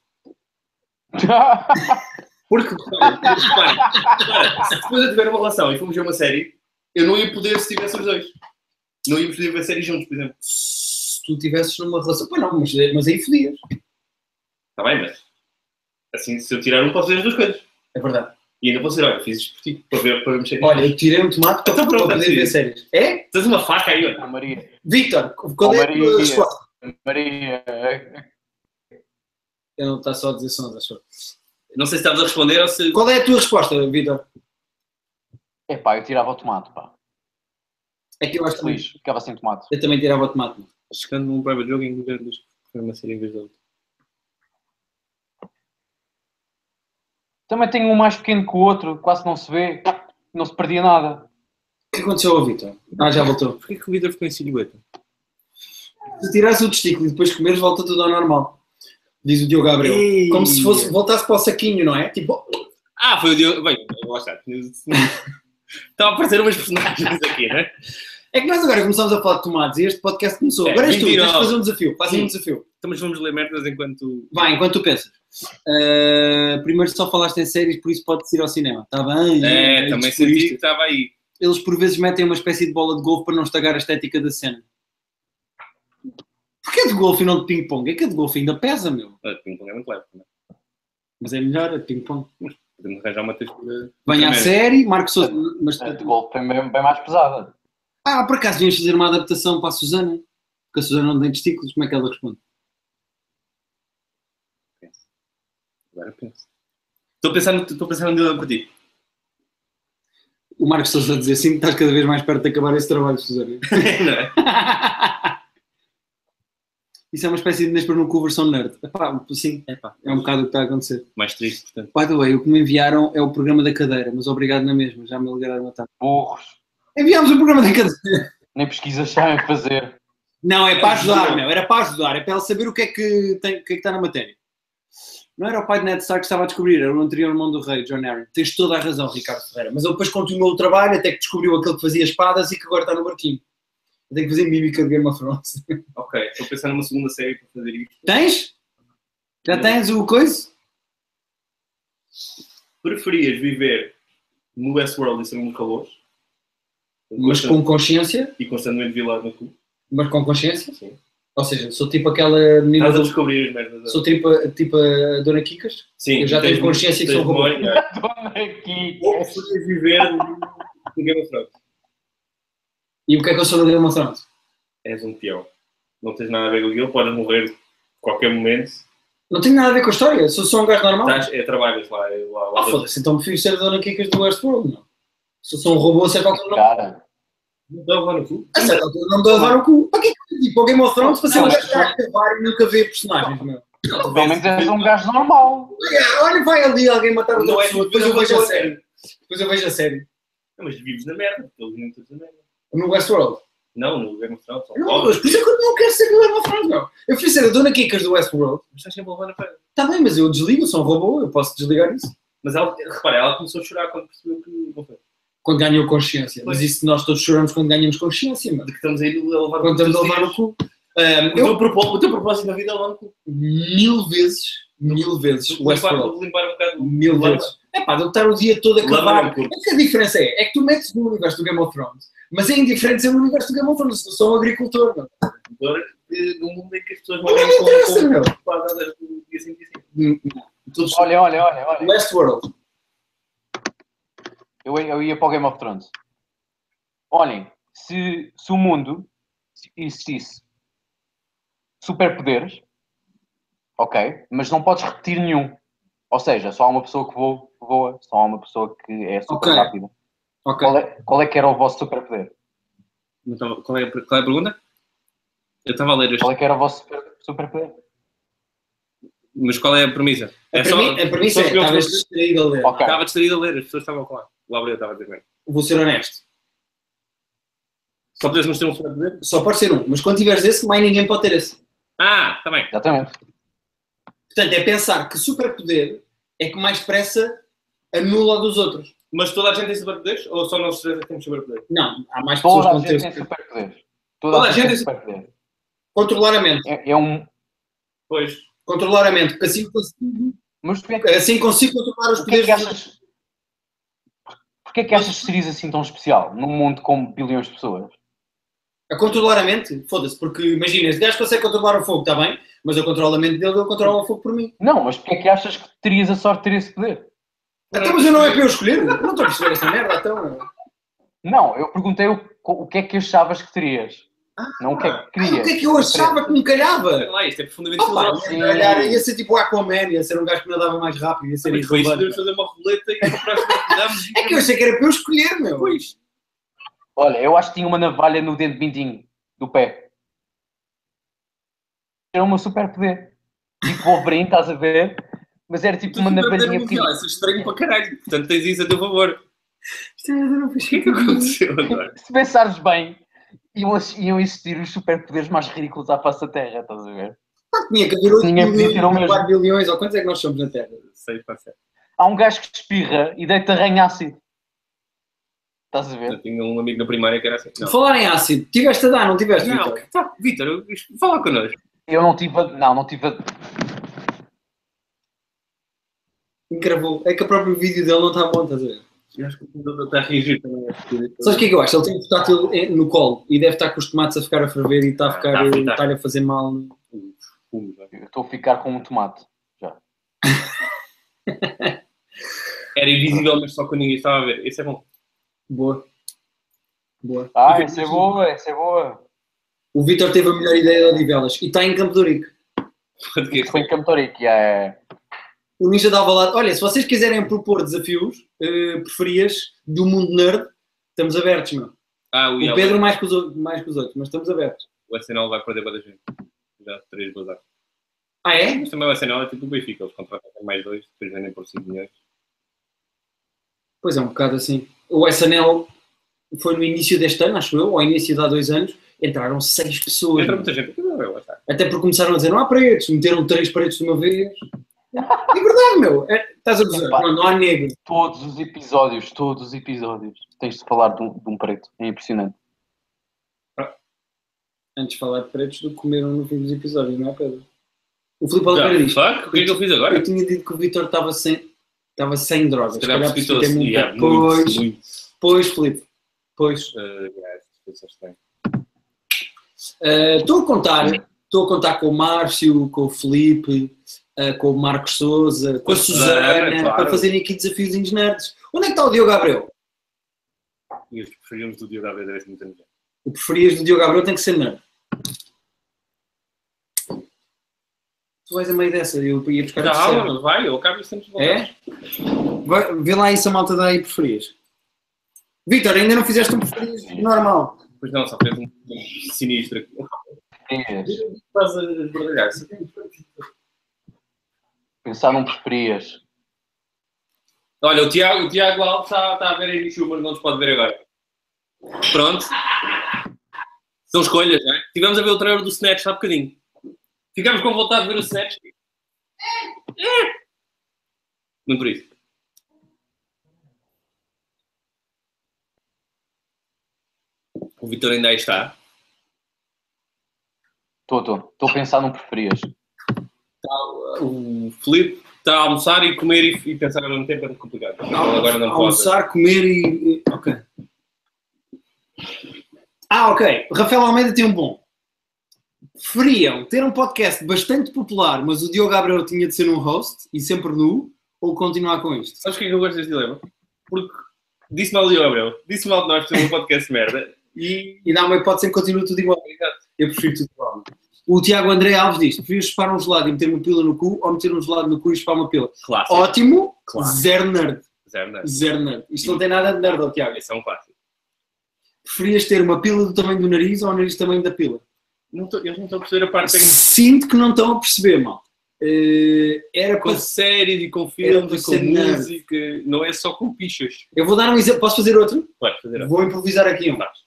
Porque, repara, se depois eu tiver uma relação e fomos ver uma série, eu não ia poder se tivesse os dois. Não íamos poder ver séries juntos, por exemplo. Se tu estivesses numa relação. Pá, não, mas aí fodias. Está bem, mas assim, se eu tirar um, posso ver as duas coisas. É verdade. E ainda posso dizer, olha, fiz isto por ti, para vermos séries. Olha, eu tirei um tomate para, Então pronto, para poder assim. ver séries. É? Tens uma faca aí, olha. A Maria. Vitor, qual é a tua Maria. resposta? Maria. Eu não está só a dizer sons, acho. Não sei se estavas a responder ou se... Qual é a tua resposta, Vitor? Epá, eu tirava o tomate, pá. É que eu acho que Feliz. Ficava sem tomate. eu também tirava o tomate. Chegando num private jogo em que foi uma série em vez de outra. Também tenho um mais pequeno que o outro. Quase não se vê. Não se perdia nada. O que aconteceu ao Vitor? Ah, já voltou. Porquê que o Vitor ficou em silhueta? Se tirares o testículo e depois comeres, volta tudo ao normal. Diz o Diogo Gabriel. Ei. Como se fosse, voltasse para o saquinho, não é? Tipo, Ah, foi o Diogo... Bem, lá está. Estão a aparecer umas personagens aqui, não é? é que nós agora começamos a falar de tomates e este podcast começou. É, Agora és tu, tens 29. de fazer um desafio. Faz aí um Sim. desafio. Então, mas vamos ler merdas enquanto... Vai, enquanto tu pensas. Primeiro só falaste em séries, por isso podes ir ao cinema. Está bem? também senti que estava aí. Eles por vezes metem uma espécie de bola de golfe para não estragar a estética da cena. Porquê é de golfe e não de ping-pong? É que a de golfe ainda pesa, meu. Ah, ping-pong é muito leve, não é? Mas é melhor a de ping-pong. Podemos arranjar uma textura... Vem à tremenda. série, Marco Sousa. Mas... A de golfe é bem mais pesada. Ah, por acaso devíamos fazer uma adaptação para a Susana? Porque a Susana não tem testículos, como é que ela responde? Agora penso. Estou pensando no dilema para ti. O Marcos Sousa a dizer sim, que estás cada vez mais perto de acabar esse trabalho, Susana. Não é? Isso é uma espécie de Nespera no cu versão nerd. Epá, sim, Epá, é um bocado o que está a acontecer. mais triste, portanto. By the way, o que me enviaram é o programa da cadeira, mas obrigado na mesma, já me alegaram a tarde. Burros. Enviámos o programa da cadeira. Nem pesquisas sabem fazer. Não, é para ajudar, meu. Era para ajudar. É para ele saber o que é que está na matéria. Não era o pai de Ned Stark que estava a descobrir, era o anterior irmão do rei, Jon Arryn. Tens toda a razão, Ricardo Ferreira. Mas ele depois continuou o trabalho até que descobriu aquele que fazia espadas e que agora está no barquinho. Eu tenho que fazer mímica de Game of Thrones. Ok, estou pensando numa segunda série para fazer isto. Tens? Já tens o coisa? Preferias viver no Westworld e ser um robôs? Mas com consciência? E constantemente violado no cu? Mas com consciência? Sim. Ou seja, sou tipo aquela menina... Estás a descobrir as merdas. Sou tipo a Dona Kikas? Sim. Eu já tenho consciência que sou um robô. Dona aqui. Ou preferias viver no Game of Thrones? E o que é que eu sou no Game of Thrones? És um peão. Não tens nada a ver com aquilo, podes morrer a qualquer momento. Não tenho nada a ver com a história, sou só um gajo normal. Trabalhas lá. Ah, foda-se, então prefiro ser a Dona Kikas do Westworld, não? Se eu sou um robô, a certa altura não. Cara. Não dá no cu. A certa altura não me dou a levar o cu. Para que é que eu digo? Para o Game of Thrones para ser Não, um mas gajo que vai acabar e nunca ver personagens, meu. Pelo menos és um gajo normal. Olha, vai ali alguém matar outra Não é pessoa, tipo, depois eu vejo a não é. série. Depois eu vejo a série. Não, mas vives na merda, porque eles vivem todos na merda. No Westworld. Não, no Game of Thrones. Não, mas por isso é que eu não quero ser do Game of Thrones, não. Eu prefiro ser a Dona Kikas do Westworld. Mas estás sempre a levar na perna. Está bem, mas eu desligo, eu sou um robô, eu posso desligar isso. Mas ela, repara, ela começou a chorar quando percebeu que não foi. Quando ganhou consciência. Mas isso nós todos choramos quando ganhamos consciência, mano. De que estamos aí a levar Quando estamos a levar no cu. O teu propósito na vida é levar no cu. Mil vezes Westworld. Limpar um bocado. Mil vezes. É pá, de eu estar o dia todo a Lava cavar. no cu. É que a diferença é que tu metes no universo do Game of Thrones, mas é indiferente ser no universo do Game of Thrones. Eu sou um agricultor, mano. No mundo em que as pessoas Não interessa, meu. espadas do dia sem dia sem. Todos Olha. Westworld. Eu ia para o Game of Thrones. Olhem, se o mundo existisse superpoderes, ok, mas não podes repetir nenhum. Ou seja, só há uma pessoa que voa, só há uma pessoa que é super Ok. rápida. Ok. Qual é que era o vosso superpoder? Então, qual é a pergunta? Eu estava a ler este. Qual é que era o vosso superpoder? Mas qual é a premissa? A premissa é, estavas distraído a ler. Ok. Estava distraído a ler, as pessoas estavam a falar. O Gabriel estava a dizer bem. Vou ser honesto. Só podes mostrar um superpoder? Só pode ser um. Mas quando tiveres esse, mais ninguém pode ter esse. Ah, está bem. Exatamente. Portanto, é pensar que superpoder é que mais depressa anula o dos outros. Mas toda a gente tem superpoderes? Ou só nós três é que temos superpoderes? Não, há mais pessoas Toda que a vão ter gente tem superpoderes. Toda a gente tem tem superpoderes. controlar a mente. É um... Pois. Controlar a mente, porque Mas assim consigo controlar os o que é poderes. que achas... Porquê é que achas que serias assim tão especial num mundo com bilhões de pessoas? A controlar a mente? Foda-se, porque imagina, esse gajo consegue controlar o fogo, está bem? Mas eu controlo a mente dele, ele controla o fogo por mim. Não, mas porquê é que achas que terias a sorte de ter esse poder? Então, mas eu não é para eu escolher? Não estou a perceber essa merda, então. Não, eu perguntei o que é que achavas que terias. Não o que é que querias. O que é que eu achava que me calhava? Olha lá, isto é profundamente Opa, filosófico. ia ser tipo o Aquaman, ia ser um gajo que nadava mais rápido, ia ser Mas foi isso que devemos irrelevante. fazer uma roleta e comprar os que É que eu achei que era para eu escolher, meu. Pois. Olha, eu acho que tinha uma navalha no dente mindinho do pé. Era o meu superpoder. Tipo Wolverine, estás a ver? Mas era tipo uma navalhinha pequena. Isso é estranho para caralho. Portanto, tens isso a teu favor. Não O que é que aconteceu agora? Se pensares bem, iam existir os superpoderes mais ridículos à face da Terra, estás a ver? Tinha que haver 8 Ninguém podia bilhões, ter o mesmo. 4 bilhões, ou quantos é que nós somos na Terra? Sei, pá, certo. Há um gajo que espirra e deita ranho ácido. Estás a ver? Eu tinha um amigo na primária que era assim. Não, Falar em ácido, tiveste a dar, não tiveste? não, Vitor? tá, Vítor, fala connosco. Eu não tive... Não tive... Encravou. É que o próprio vídeo dele não está bom, estás a ver? Eu acho que o computador está a reagir também. Sabes o que é que eu acho? Ele tem o portátil no colo e deve estar com os tomates a ficar a ferver e está a ficar, Está a fritar. está-lhe a fazer mal. Eu estou a ficar com um tomate. Já. Era invisível, mas só quando ninguém estava a ver. Esse é bom. Boa. Boa. Ah, essa é boa, essa é boa. O Vítor teve a melhor ideia de Odivelas e está em Campo de Ourique. Foi em Campo Torique, é... O Ninja dava lá. Olha, se vocês quiserem propor desafios, preferias do mundo nerd, estamos abertos, meu. O Pedro mais que os outros, mas estamos abertos. O SNL vai perder para a gente. Já 3 2 Ah, é? Mas também o SNL é tipo o Benfica. Eles contratam mais 2, depois vendem por 5 milhões. Pois é, um bocado assim. O SNL foi no início deste ano, acho eu, ou ao início de há 2 anos, entraram 6 pessoas. Entra muita gente. Não é, lá está. Até porque começaram a dizer, não há paredes, meteram 3 paredes de uma vez. É verdade, meu. Estás a dizer, não há negro. Todos os episódios, tens de falar de um preto. É impressionante. Antes de falar de pretos do que comeram no fim dos episódios, não é, Pedro? O Filipe Oliveira diz. Fuck? O que é que eu fiz agora? Eu tinha dito que o Vítor estava sem drogas. Se calhar precipitou-se. muito. Yeah, Pois, muito. pois, Filipe. Pois. Estou a contar com o Márcio, com o Filipe, com o Marcos Souza, com a Susana, claro. para fazerem aqui desafios nerds. Onde é que está o Diogo Gabriel? E os preferimos do Diogo Gabriel desse muito tempo. O preferias do Diogo Gabriel tem que ser nerd. Tu vais a meio dessa, eu ia buscar a terceira. Calma, vai, eu acabo sempre de voltar. É? Vê lá aí se a malta dá aí preferias. Vítor, ainda não fizeste um preferias normal. Pois não, só fez um sinistro aqui. Estás a esbardalhar. Pensar num preferias. Olha, o Tiago Alves está a ver em YouTube, mas não nos pode ver agora. Pronto. São escolhas, não é? Tivemos a ver o trailer do Snatch há bocadinho. Ficámos com vontade de ver o Snatch. Muito por isso. O Vitor ainda aí está. Estou a pensar num preferias. O Filipe está a almoçar e comer e pensar ao mesmo tempo é muito complicado. Agora não pode. Almoçar, comer e... Ok. Ok. Rafael Almeida tem um bom. Preferiam ter um podcast bastante popular, mas o Diogo Gabriel tinha de ser um host e sempre nu, ou continuar com isto? Sabes o que é que eu gosto deste dilema? Porque disse mal o Diogo Gabriel, disse mal de nós ter um podcast de merda e dá uma hipótese em que continua tudo igual. Eu prefiro tudo igual. O Tiago André Alves diz: prefiro chupar um gelado e meter uma pila no cu ou meter um gelado no cu e chupar uma pila? clássico. Ótimo, Claro. zero nerd. Zero nerd. Zero nerd. Isto não tem nada de nerd, Tiago. Esse é um clássico. Preferias ter uma pila do tamanho do nariz ou o nariz do tamanho da pila? Eles não estão a perceber a parte técnica. Sinto que não estão a perceber, mal. Era Com para... séries e com Era filmes para e com ser nerd. música. Não é só com pichas. Eu vou dar um exemplo. Posso fazer outro? Pode fazer. Vou improvisar aqui um. Faz.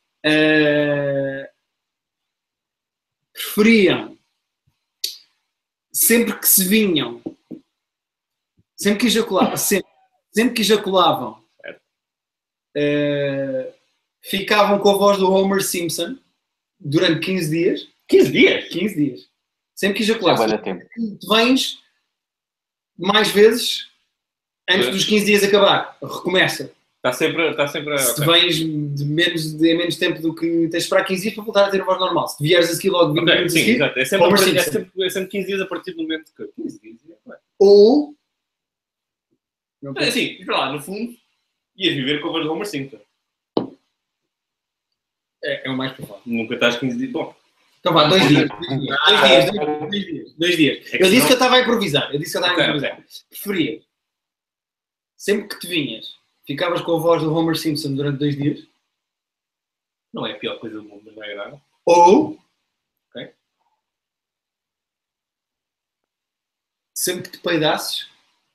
Preferiam sempre que se vinham, sempre que ejaculavam, sempre que ejaculavam, ficavam com a voz do Homer Simpson durante 15 dias. 15 dias? 15 dias. Sempre que Já vai ejaculavam. dar tempo. Tu vens mais vezes antes dos 15 dias acabar. Recomeça. Está sempre a... Se ok. vens de menos tempo do que tens de esperar 15 dias para voltar a ter a voz normal. Se vieres a seguir logo 20 Ok, minutos a sim, seguir, exato. É sempre, Homer é, Simpson. sempre 15 dias a partir do momento que... 15 dias? Não é? ou... Mas assim, espera lá, no fundo, ias viver com a voz do Homer Simpson. É o mais provável. Nunca estás 15 dias... Bom, Então vá, 2 dias. Ah, 2 dias. É que Eu disse senão- que eu estava a improvisar. Ok, Preferia. Sempre que te vinhas, ficavas com a voz do Homer Simpson durante 2 dias. não é a pior coisa do mundo, mas não é grave. Ou... Ok. Sempre que te peidasses,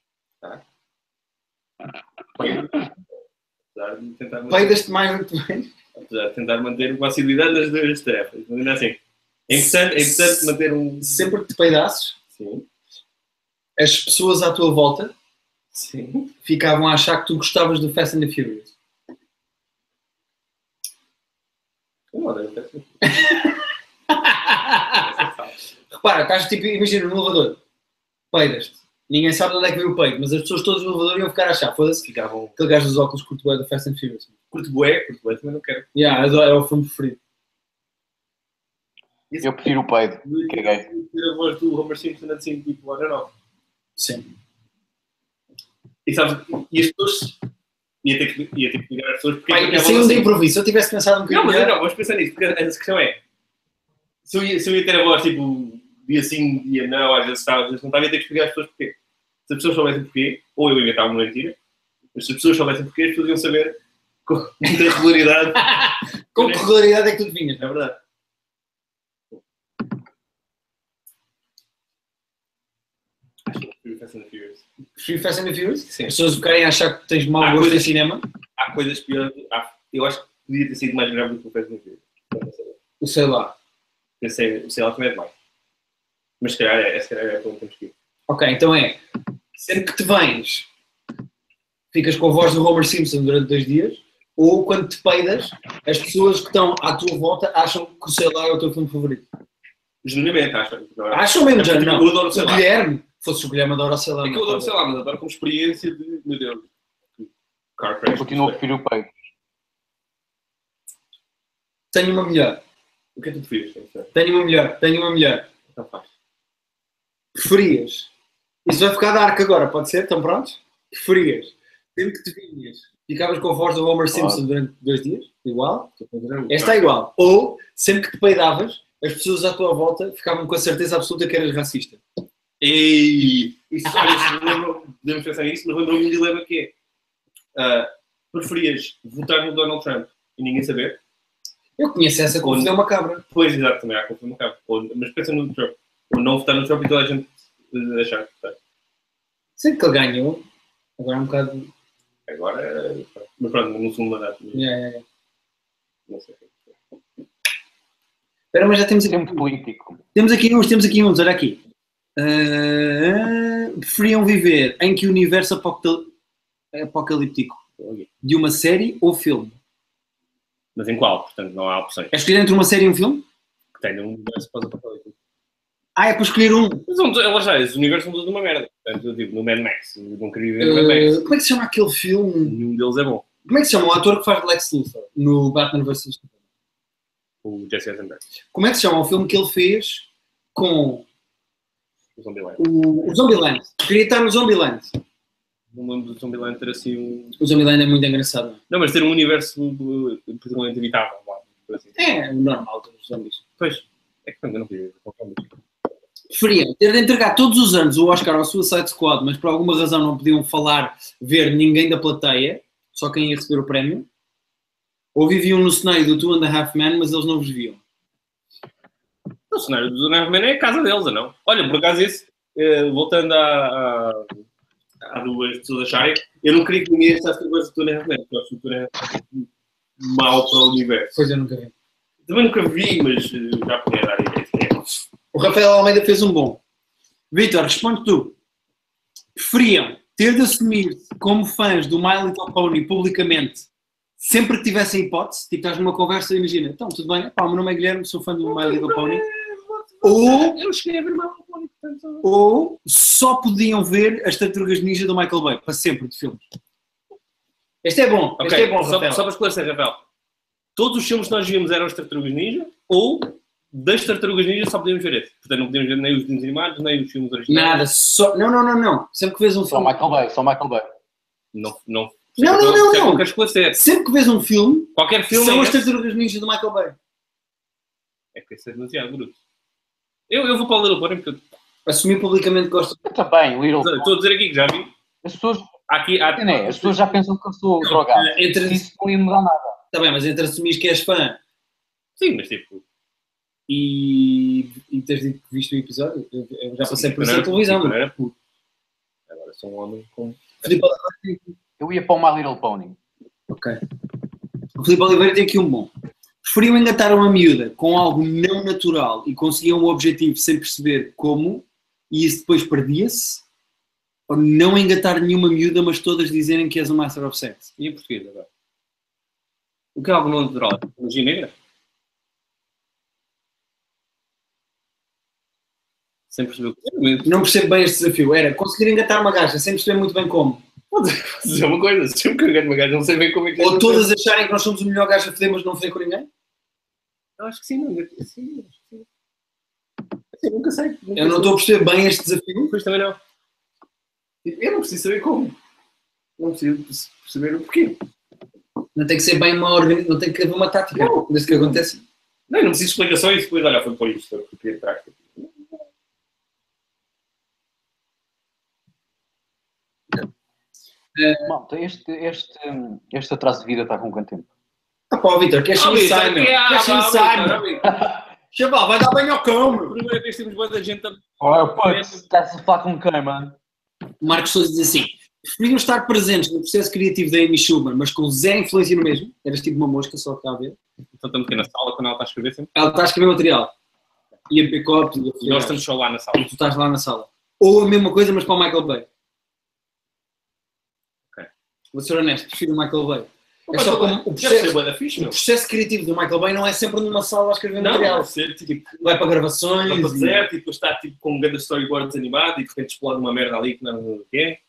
Apesar de tentar manter, peidas-te mais do que tu vens. apesar de tentar manter uma assiduidade nas duas tarefas. Mas ainda assim, é importante manter um... Sempre que te peidasses, Sim, as pessoas à tua volta sim. ficavam a achar que tu gostavas do Fast and the Furious. Eu não odeio o Repara, estás tipo, imagina, no elevador, peidas-te. Ninguém sabe de onde é que veio o peido, mas as pessoas todas no elevador iam ficar a achar, foda-se, Ficavam... aquele gajo dos óculos curto bué do Fast and Furious. Curto bué, também não quero. Yeah, é o filme preferido. Eu prefiro o peido. Caguei. Ter a voz do Homer Simpson assim, tipo, hora 9. Sim. E sabes, e as pessoas... Ia ter que ligar as pessoas porque... Pai, porque sem um de improviso, se eu tivesse pensado um bocadinho Não, mas melhor- não, vamos pensar nisso, porque a questão é, se eu ia ter a voz tipo, dia sim, dia não, às vezes estava, às vezes não estava, ia ter que explicar às pessoas porquê. Se as pessoas soubessem porquê, ou eu inventava uma mentira, mas se as pessoas soubessem porquê, as pessoas iam saber com muita regularidade. Com que regularidade é que tu te vinhas? É verdade. Acho que eu prefiro Fast and the Furious. Prefiro Fast and the Furious? Sim. As pessoas querem achar que tens mau Há gosto em coisas- cinema? Há coisas piores, eu acho que podia ter sido mais grave do que o Fast and the Furious. Não sei. Eu sei lá. Sei lá também é demais. Mas se calhar é para onde temos que ir. Ok, então é, sempre que te vens, ficas com a voz do Homer Simpson durante 2 dias, ou quando te peidas, as pessoas que estão à tua volta acham que o sei lá é o teu filme favorito. Genuinamente, acho. Acham mesmo, já não. Eu adoro o sei O lá. Guilherme, fosse o Guilherme adora o sei lá. É que eu adoro, sei lá, mas adoro como experiência de, meu Deus, car crash. Continuo a preferir o peido. Tenho uma melhor, O que é que tu preferes? tenho uma melhor. Então faz. Preferias, isso vai ficar dark agora, pode ser? Estão prontos? Preferias, sempre que te vinhas, ficavas com a voz do Homer Simpson durante 2 dias, igual, esta é igual, ou sempre que te peidavas, as pessoas à tua volta ficavam com a certeza absoluta que eras racista. Ei! Podemos pensar nisso, mas lembrou-me um dilema que é, preferias votar no Donald Trump e ninguém saber? Eu conheço essa como é uma cabra. Pois, exato, também há confusão no cabo. Mas pensa no Trump. Ou não votar no Trump e toda a gente achar que votar. Sempre que ele ganhou, agora é um bocado... Agora, mas pronto, no segundo mandato. Yeah. Não sei. Espera, mas já temos aqui... Tempo político. Temos aqui uns, olha aqui. Preferiam viver em que universo apocalíptico? De uma série ou filme? Mas em qual? Portanto, não há opções. É escolher entre uma série e um filme? Que tenha um universo pós-apocalíptico. É para escolher um. Mas lá está, os universos são todos uma merda. Portanto, eu digo, no Mad Max, eu não queria viver no Mad Max. Como é que se chama aquele filme? Nenhum deles é bom. Como é que se chama o ator que faz de Lex Luthor no Batman vs Superman? O Jesse Eisenberg. Como é que se chama o filme que ele fez com O Zombieland. o Zombieland? Queria estar no Zombieland. Não me lembro do Zombieland ter assim um... O Zombieland é muito engraçado. Não, mas ter um universo particularmente evitável. Lá, por assim. É o normal dos zombies. Pois, é que eu não queria viver com zombies. Preferiam ter de entregar todos os anos o Oscar ao Suicide Squad, mas por alguma razão não podiam falar, ver ninguém da plateia, só quem ia receber o prémio? Ou viviam no cenário do Two and a Half Men, mas eles não vos viam? O cenário do Neve Man é a casa deles, ou não? Olha, por acaso isso, voltando a duas pessoas acharem, eu não queria que ninguém achasse que gosto do Neve Man, porque eu acho que o Neve Man mau para o universo. Pois eu nunca vi. Também nunca vi, mas já podia dar ideia. O Rafael Almeida fez um bom. Vítor, responde tu. Preferiam ter de assumir-se como fãs do My Little Pony publicamente sempre que tivessem hipótese? Tipo, estás numa conversa e imagina, então, tudo bem, pá, o meu nome é Guilherme, sou fã do My Little Pony. Eu cheguei a ver My Little Pony, portanto... Ou só podiam ver as Tartarugas Ninja do Michael Bay, para sempre, de filmes. Este é bom, este é bom, Rafael. Só para esclarecer, Rafael. Todos os filmes que nós víamos eram as Tartarugas Ninja, ou das Tartarugas Ninja só podíamos ver esse. Portanto, não podíamos ver nem os desenhos animados, nem os filmes originais. Nada, só... Não. Sempre que vês um filme... Só Michael Bay. Não. Não. Quero esclarecer. Sempre que vês um filme, Qualquer filme são é as esse. Tartarugas Ninja do Michael Bay. É que isso é demasiado bruto. Eu vou para o Little Pony porque eu Assumir publicamente que gosto. Eu também, Little Pony. estou a dizer aqui que já vi. As pessoas, Há as pessoas já pensam que eu sou drogado. Isso não ia mudar nada. Está bem, mas entre assumir que és fã Sim, mas tipo... e teres dito que viste o episódio, eu já passei por isso na televisão. Não era puto. Agora sou um homem com... Filipe Eu ia para o My Little Pony. Ok. O Filipe Oliveira tem aqui um bom. Preferiam engatar uma miúda com algo não natural e conseguiam o objetivo sem perceber como e isso depois perdia-se? Ou não engatar nenhuma miúda, mas todas dizerem que és um Master of Sex? E em português agora? O que é algo não natural? Magia negra? Sem perceber o que é. Não percebo bem este desafio. Era conseguir engatar uma gaja sem perceber muito bem como. Vou dizer uma coisa, sempre que eu ganho uma gaja, não sei bem como é que é. Ou todas acharem que nós somos o melhor gajo a foder, mas não foder com ninguém? Eu acho que sim, não. Sim. Assim, nunca sei. Eu não estou a perceber bem este desafio. Pois também não. Eu não preciso saber como. Não preciso perceber o porquê. Não tem que ser bem uma organização, não tem que haver uma tática. Não. Desde que acontece. Não preciso de explicações, depois olha, foi por isto, porque atrás. Malta, este atraso de vida está com quanto tempo? Ah pá, Vitor, queres pensar, meu? Queres pensar, meu? Chaval, vai dar bem ao cão, meu. Primeira vez temos muita gente a... Estás a falar com quem, mano? Marcos Sousa diz assim: preferiam estar presentes no processo criativo da Amy Schumer, mas com zero influência no mesmo. Eras tipo uma mosca, só que está a ver. Então estamos aqui na sala, quando ela está a escrever sempre. Ela está a escrever material. E a beber copos e a E nós folhear. estamos só lá na sala. E tu estás lá na sala. Ou a mesma coisa, mas para o Michael Bay. Ok. Vou ser honesto, prefiro o Michael Bay. É Mas só como o processo, bué da fixe, o meu. processo criativo do Michael Bay não é sempre numa sala a escrever Não, material. deve ser tipo... Vai para gravações. Vai para e- deserto e depois está tipo com um grande storyboard desanimado e de repente explode uma merda ali que não é.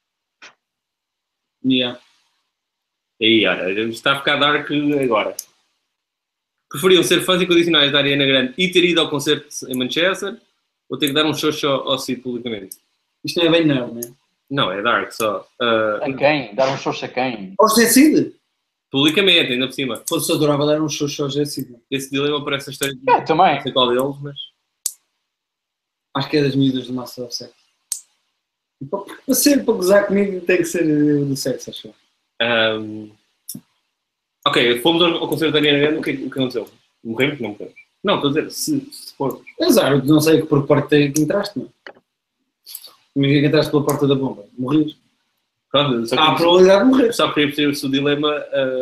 Yeah. E olha, está a ficar dark agora. Preferiam ser fãs incondicionais da Ariana Grande e ter ido ao concerto em Manchester ou ter que dar um xoxo ao Cid publicamente? Isto não é bem não, né? Não, é dark só. A quem? Dar um xoxo a quem? Ao José Cid? Publicamente, ainda por cima. Fosse adorava dar um xoxo ao José Cid. Esse dilema parece a história de Eu também. não sei qual deles, mas... Acho que é das miúdas do Master of Sex. Para ser para gozar comigo tem que ser do sexo, acho eu. Ok, fomos ao concerto da Ariana Grande, o que aconteceu? Morremos? Não morremos. Não, estou a dizer, se for... Azar, eu não sei por que porta é que entraste, não. Imagina que entraste pela porta da bomba. Morrias. Pronto, só Há a que- probabilidade de morrer. Só queria perceber se o dilema...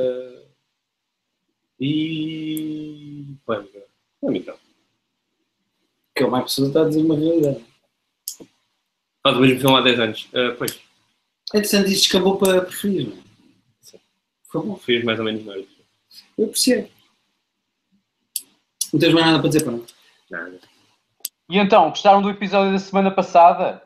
E... Vamos então. Que é uma pessoa está a dizer uma realidade. Faz o mesmo filme há 10 anos. Pois, É interessante, isto escapou para preferir, não é? Sim. Foi bom. fiz mais ou menos nada. Eu apreciei. Não tens mais nada para dizer, para não? Nada. E então, gostaram do episódio da semana passada?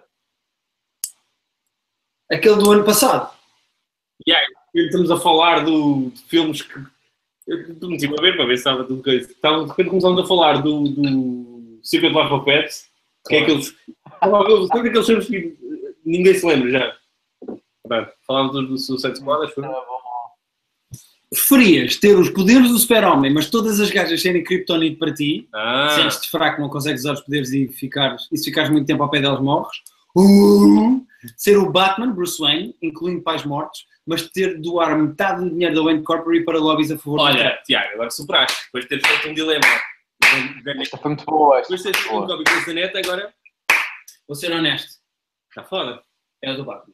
Aquele do ano passado. Estamos a falar de filmes que... Eu não estive a ver para ver se estava tudo coisa. Quando começámos a falar do Secret Life of Pets, que é aqueles... São aqueles filmes que ninguém se lembra já. Pronto, falámos do Suicide Squad, acho que foi. Preferias ter os poderes do super-homem, mas todas as gajas serem kryptonite para ti, Ah, sentes-te fraco, não consegues usar os poderes e se ficares muito tempo ao pé delas morres, ou ser o Batman, Bruce Wayne, incluindo pais mortos, mas ter de doar metade do dinheiro da Wayne Corporation para lobbies a favor do olha, Tiago, agora superaste. Depois de teres feito um dilema. Esta foi muito boa. Esta Depois de teres feito um boa. copy paste da neta, agora Vou ser honesto, está foda. é o do Batman.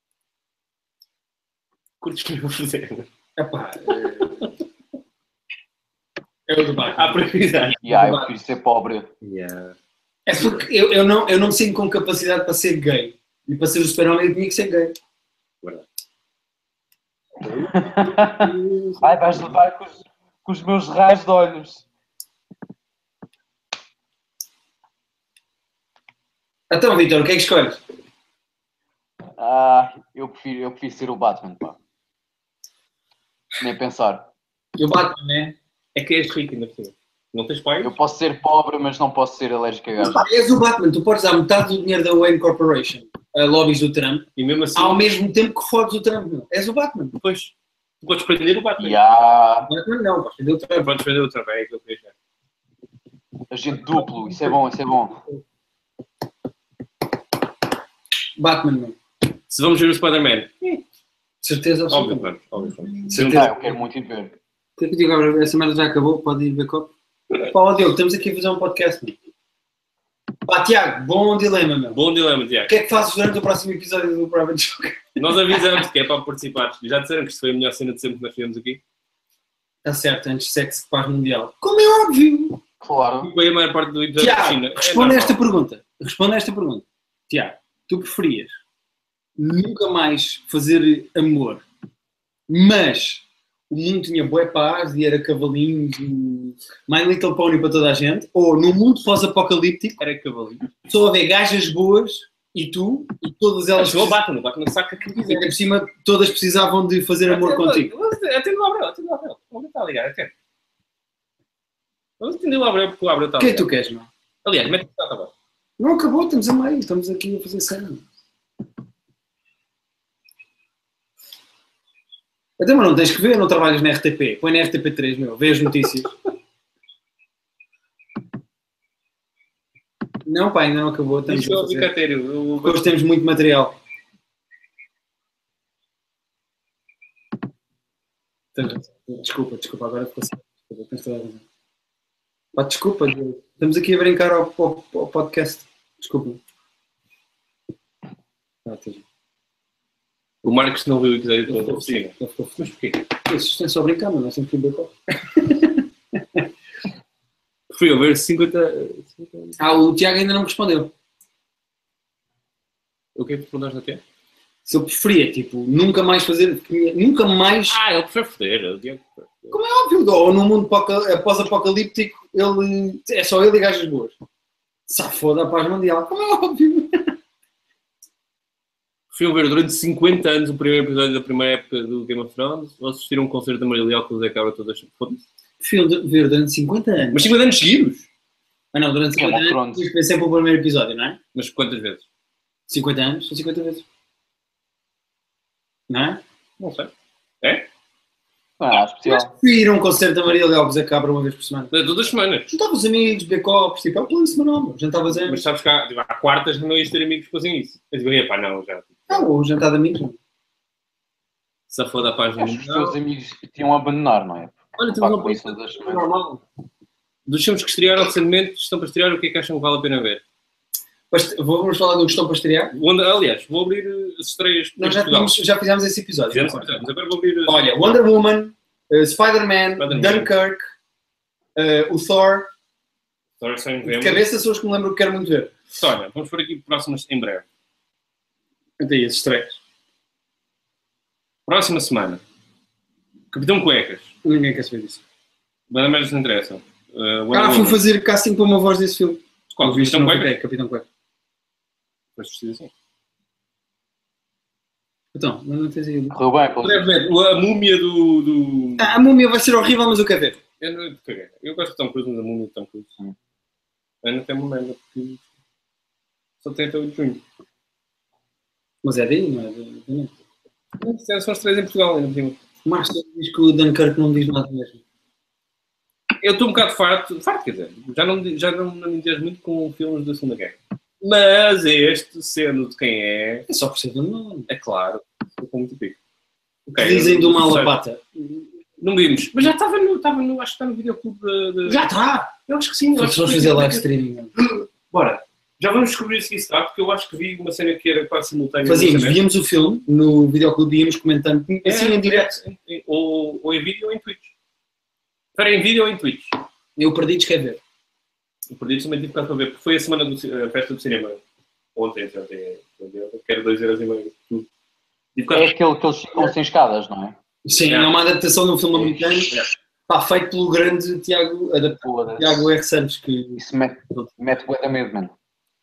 Curtes o que eu vou fazer. Epá, é o do Batman. Há prioridade. Eu prefiro ser pobre. Yeah. É porque eu não me sinto com capacidade para ser gay. E para ser o super-homem eu tinha que ser gay. Verdade. Vais levar com os meus raios de olhos. Então, Vitor, o que é que escolhes? Eu prefiro ser o Batman, pá. Nem pensar. O Batman, né? É que és rico ainda por cima. Não tens pai? Eu posso ser pobre, mas não posso ser alérgico a gajo. Pá, és o Batman, tu podes dar metade do dinheiro da Wayne Corporation a lobbies do Trump, E mesmo assim, ao mesmo tempo que fodes o Trump. Meu. És o Batman. depois, tu podes prender o Batman. O Batman não, podes prender o Trump. Podes prender o Trump, é aquilo que eu queria dizer. Agente duplo, isso é bom, isso é bom. Batman, não. Se vamos ver o Spider-Man, Certeza óbvio, absoluta. vamos. Óbvio. Eu quero muito ir ver. O que é que eu digo agora? Essa merda já acabou, pode ir ver copo. Pá, ó, Diogo, estamos aqui a fazer um podcast, meu. Pá, Tiago, bom dilema, meu. Bom dilema, O Tiago. que é que fazes durante o próximo episódio do Private Joke? Nós avisamos que é para participar. Já disseram que isto foi a melhor cena de sempre que nós fizemos aqui. Está certo, antes de sexo de paz mundial. Como é óbvio. Claro. Foi a maior parte do episódio da China. Tiago, responde a esta pergunta. Responde a esta pergunta. Tiago, tu preferias nunca mais fazer amor, mas o mundo tinha bué paz e era cavalinhos e My Little Pony para toda a gente, ou no mundo pós-apocalíptico Era cavalinho. só haver gajas boas e tu, e todas elas Chegou o Batman. O Batman saca quem ainda quiser. por cima todas precisavam de fazer amor contigo. Atende o Abreu, atende o Abreu. Onde está a ligar? Atende. Vamos atender o Abreu porque o Abreu está O a que é que ligar. tu queres, não? Aliás, mete o tá bom. Não acabou, estamos a meio, estamos aqui a fazer cena. Até mas não tens que ver, não trabalhas na RTP. Põe na RTP3, meu, vê as notícias. Não, pá, ainda não acabou. Estamos Isto é a o fazer. bicatério. Porque hoje temos muito material. Desculpa, agora ficou assim. Desculpa, tens toda a razão. Pá, desculpa, Diogo. Estamos aqui a brincar ao podcast. Desculpa. Esteja. O Marcos não viu o episódio todo da oficina. Ele ficou Mas porquê? Isto é só brincar, mas nós sempre fui backup. Fui a ver 50... O Tiago ainda não me respondeu. O que é que tu perguntaste até? Se eu preferia, tipo, nunca mais fazer. Nunca mais. Ele prefere foder. O Diego prefere foder. Como é óbvio, ou num mundo pós-apocalíptico, ele é só ele e gajas boas. Safoda a paz mundial. Como é óbvio. Preferiam ver durante 50 anos o primeiro episódio da primeira época do Game of Thrones ou assistir a um concerto da Maria Leal com o Zé Cabra todas. Foda-se. Prefiro ver durante 50 anos. Mas 50 anos seguidos? Não, durante 50 Game of anos. Thrones. Foi sempre o primeiro episódio, não é? Mas quantas vezes? 50 anos, são 50 vezes. Não é? Não sei. É? Especial. Prefiro um concerto da Maria Leal com o Zé Cabra uma vez por semana. Todas as semanas. Juntava os amigos, beber copos, tipo, é o plano semanal, meu. Jantava Zé. Mas sabes que há quartas não ias ter amigos que fazem isso. Eu digo, epá, não, já. Não, o jantar de amigos, não. Se foda a página. Acho que os teus amigos te iam abandonar, não é? Olha, Pá, temos uma com isso pergunta todas as semanas. normal. Dos filmes que estrearam recentemente, estão para estrear, o que é que acham que vale a pena ver? Vamos falar do que estão para estrear? Aliás, vou abrir as estreias Nós de Portugal. já fizemos esse episódio. Fizemos, mas agora vou abrir... Olha, Wonder Woman, Spider-Man, Spider-Man. Dunkirk, o Thor. Agora só em De novembro. cabeça são os que me lembro que quero muito ver. Olha, vamos por aqui próximas em breve. Até aí, esses três. Próxima semana. Capitão Cuecas. Ninguém quer saber disso. Banda Médios não interessam. Fui fazer casting para uma voz desse filme. Qual? Não vi isto, Capitão não Cuecas? fiquei, Capitão Cueca. Depois vestido assim. Então, não tens aí. Correu bem, pelo menos. Brevemente, a múmia do... A múmia vai ser horrível, mas eu quero ver. Eu não caguei. Eu gosto de Tom Cruise, mas a múmia de Tom Cruise. Eu não tenho uma merda, porque só tem até 8 de junho. Mas é daí, não é? São os três em Portugal, ainda por cima. O Marcos diz que o Dunkirk não diz nada mesmo. Eu estou um bocado farto, quer dizer, já não me entendi muito com filmes da Segunda Guerra. Mas este, sendo de quem é... É só por ser do nome. É claro, estou com muito pico. Okay, dizem do Malapata. Não vimos, mas já estava no, acho que está no videoclube de... Já está! Eu acho que sim. Vamos fazer live streaming. Bora. Já vamos descobrir se isso está, porque eu acho que vi uma cena que era quase simultânea. Víamos o filme no videoclube e íamos comentando assim em direto. Ou em vídeo ou em Twitch. Espera, em vídeo ou em Twitch? Eu perdi de escrever. Eu perdi também tive para ver, porque foi a semana da festa do cinema. Ontem, que era 2,5€. É aquele que eles ficam sem escadas, não é? Sim, é uma adaptação de um filme americano. Está feito pelo grande Tiago R. Santos. Que... Isso mete bué da medo, mano.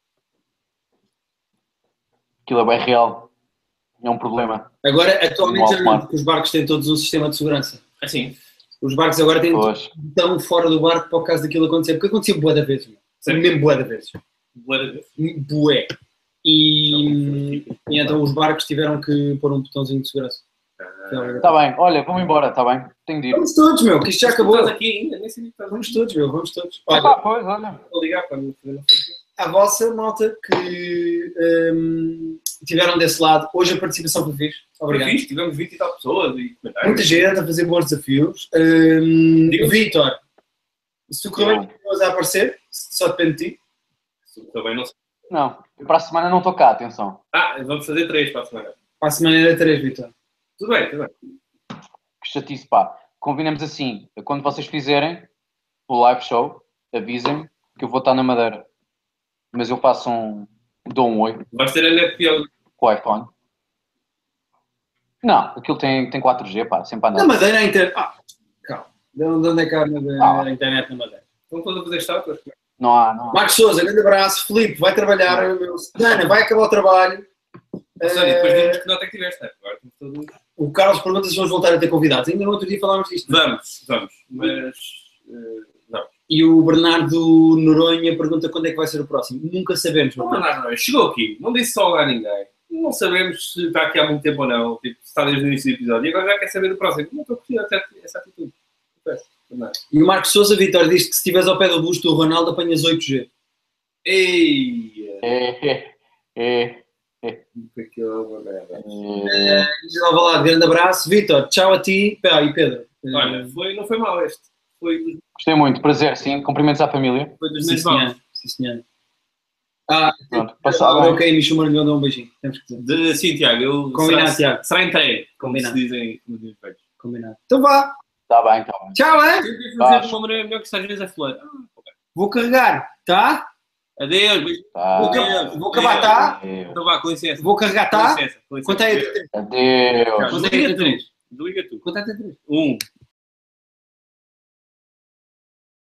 Aquilo é bem real. É um problema. Agora, atualmente, porque os barcos têm todos um sistema de segurança. Assim. Os barcos agora estão fora do barco por causa daquilo acontecer. Porque acontecia bué da vez. Mesmo bué da vez. Bué. E então os barcos tiveram que pôr um botãozinho de segurança. Está bem, olha, vamos embora, está bem? Tenho de ir. Vamos todos, meu, que isto já acabou. Estás aqui ainda? Nem sei que estás. Vamos todos, meu, vamos todos. Olha, pois, olha. Vou ligar para me fazer uma coisa. A vossa malta que tiveram desse lado, hoje a participação foi fixe. Obrigado. Foi fixe, tivemos 20 e tal pessoas e comentários. Muita gente a fazer bons desafios. Vítor, se tu correr pessoas a aparecer, só depende de ti. Também não sei. Não, eu para a semana não estou cá, atenção. Vamos fazer 3 para a semana. Para a semana era 3, Vítor. Tudo bem, tudo bem. Que chatice, pá. Combinamos assim, quando vocês fizerem o live show, avisem-me que eu vou estar na Madeira. Mas eu faço dou um oi. Vais ter a net pior. Com o iPhone. Não, aquilo tem 4G, pá, sempre a andar. Na Madeira a internet. Calma. De onde é que há a internet na Madeira? Estão todos a fazer estátuas? Não há. Marcos Souza, grande abraço. Filipe, vai trabalhar. Ana, vai acabar o trabalho. Depois vimos que nota que tiveste, né? Agora estamos todos... O Carlos pergunta se vamos voltar a ter convidados. Ainda no outro dia falámos disto. Vamos. Mas... não. E o Bernardo Noronha pergunta quando é que vai ser o próximo. Nunca sabemos. Não, chegou aqui, não disse só a ninguém. Não sabemos se está aqui há muito tempo ou não. Tipo, se está desde o início do episódio. E agora já quer saber do próximo. Não estou a curtir até essa atitude. E o Marcos Souza, Vitor, diz que se estiveres ao pé do busto do Ronaldo apanhas 8G. Ei! Grande abraço. Vitor, tchau a ti. E Pedro. Olha, não foi mal este. Gostei muito, prazer, sim. Cumprimentos à família. Foi dos meus maus. Sim, senhor. Pronto, passado. Ok, Micho Marlhão dá um beijinho. Temos que dizer. Sim, Tiago. Combinado, Tiago. Será entregue, como Combinado. se dizem nos efeitos. Combinado. Então vá. Está bem, está bem. Tchau, é? Tem que fazer de uma maneira melhor que isso às vezes é flor. Vou carregar, tá? Adeus. Vou acabar, tá? Então vá, com licença. Vou carregar, tá? Com licença. Quanto é? Adeus. Desliga tu. Quanto é 3? Um.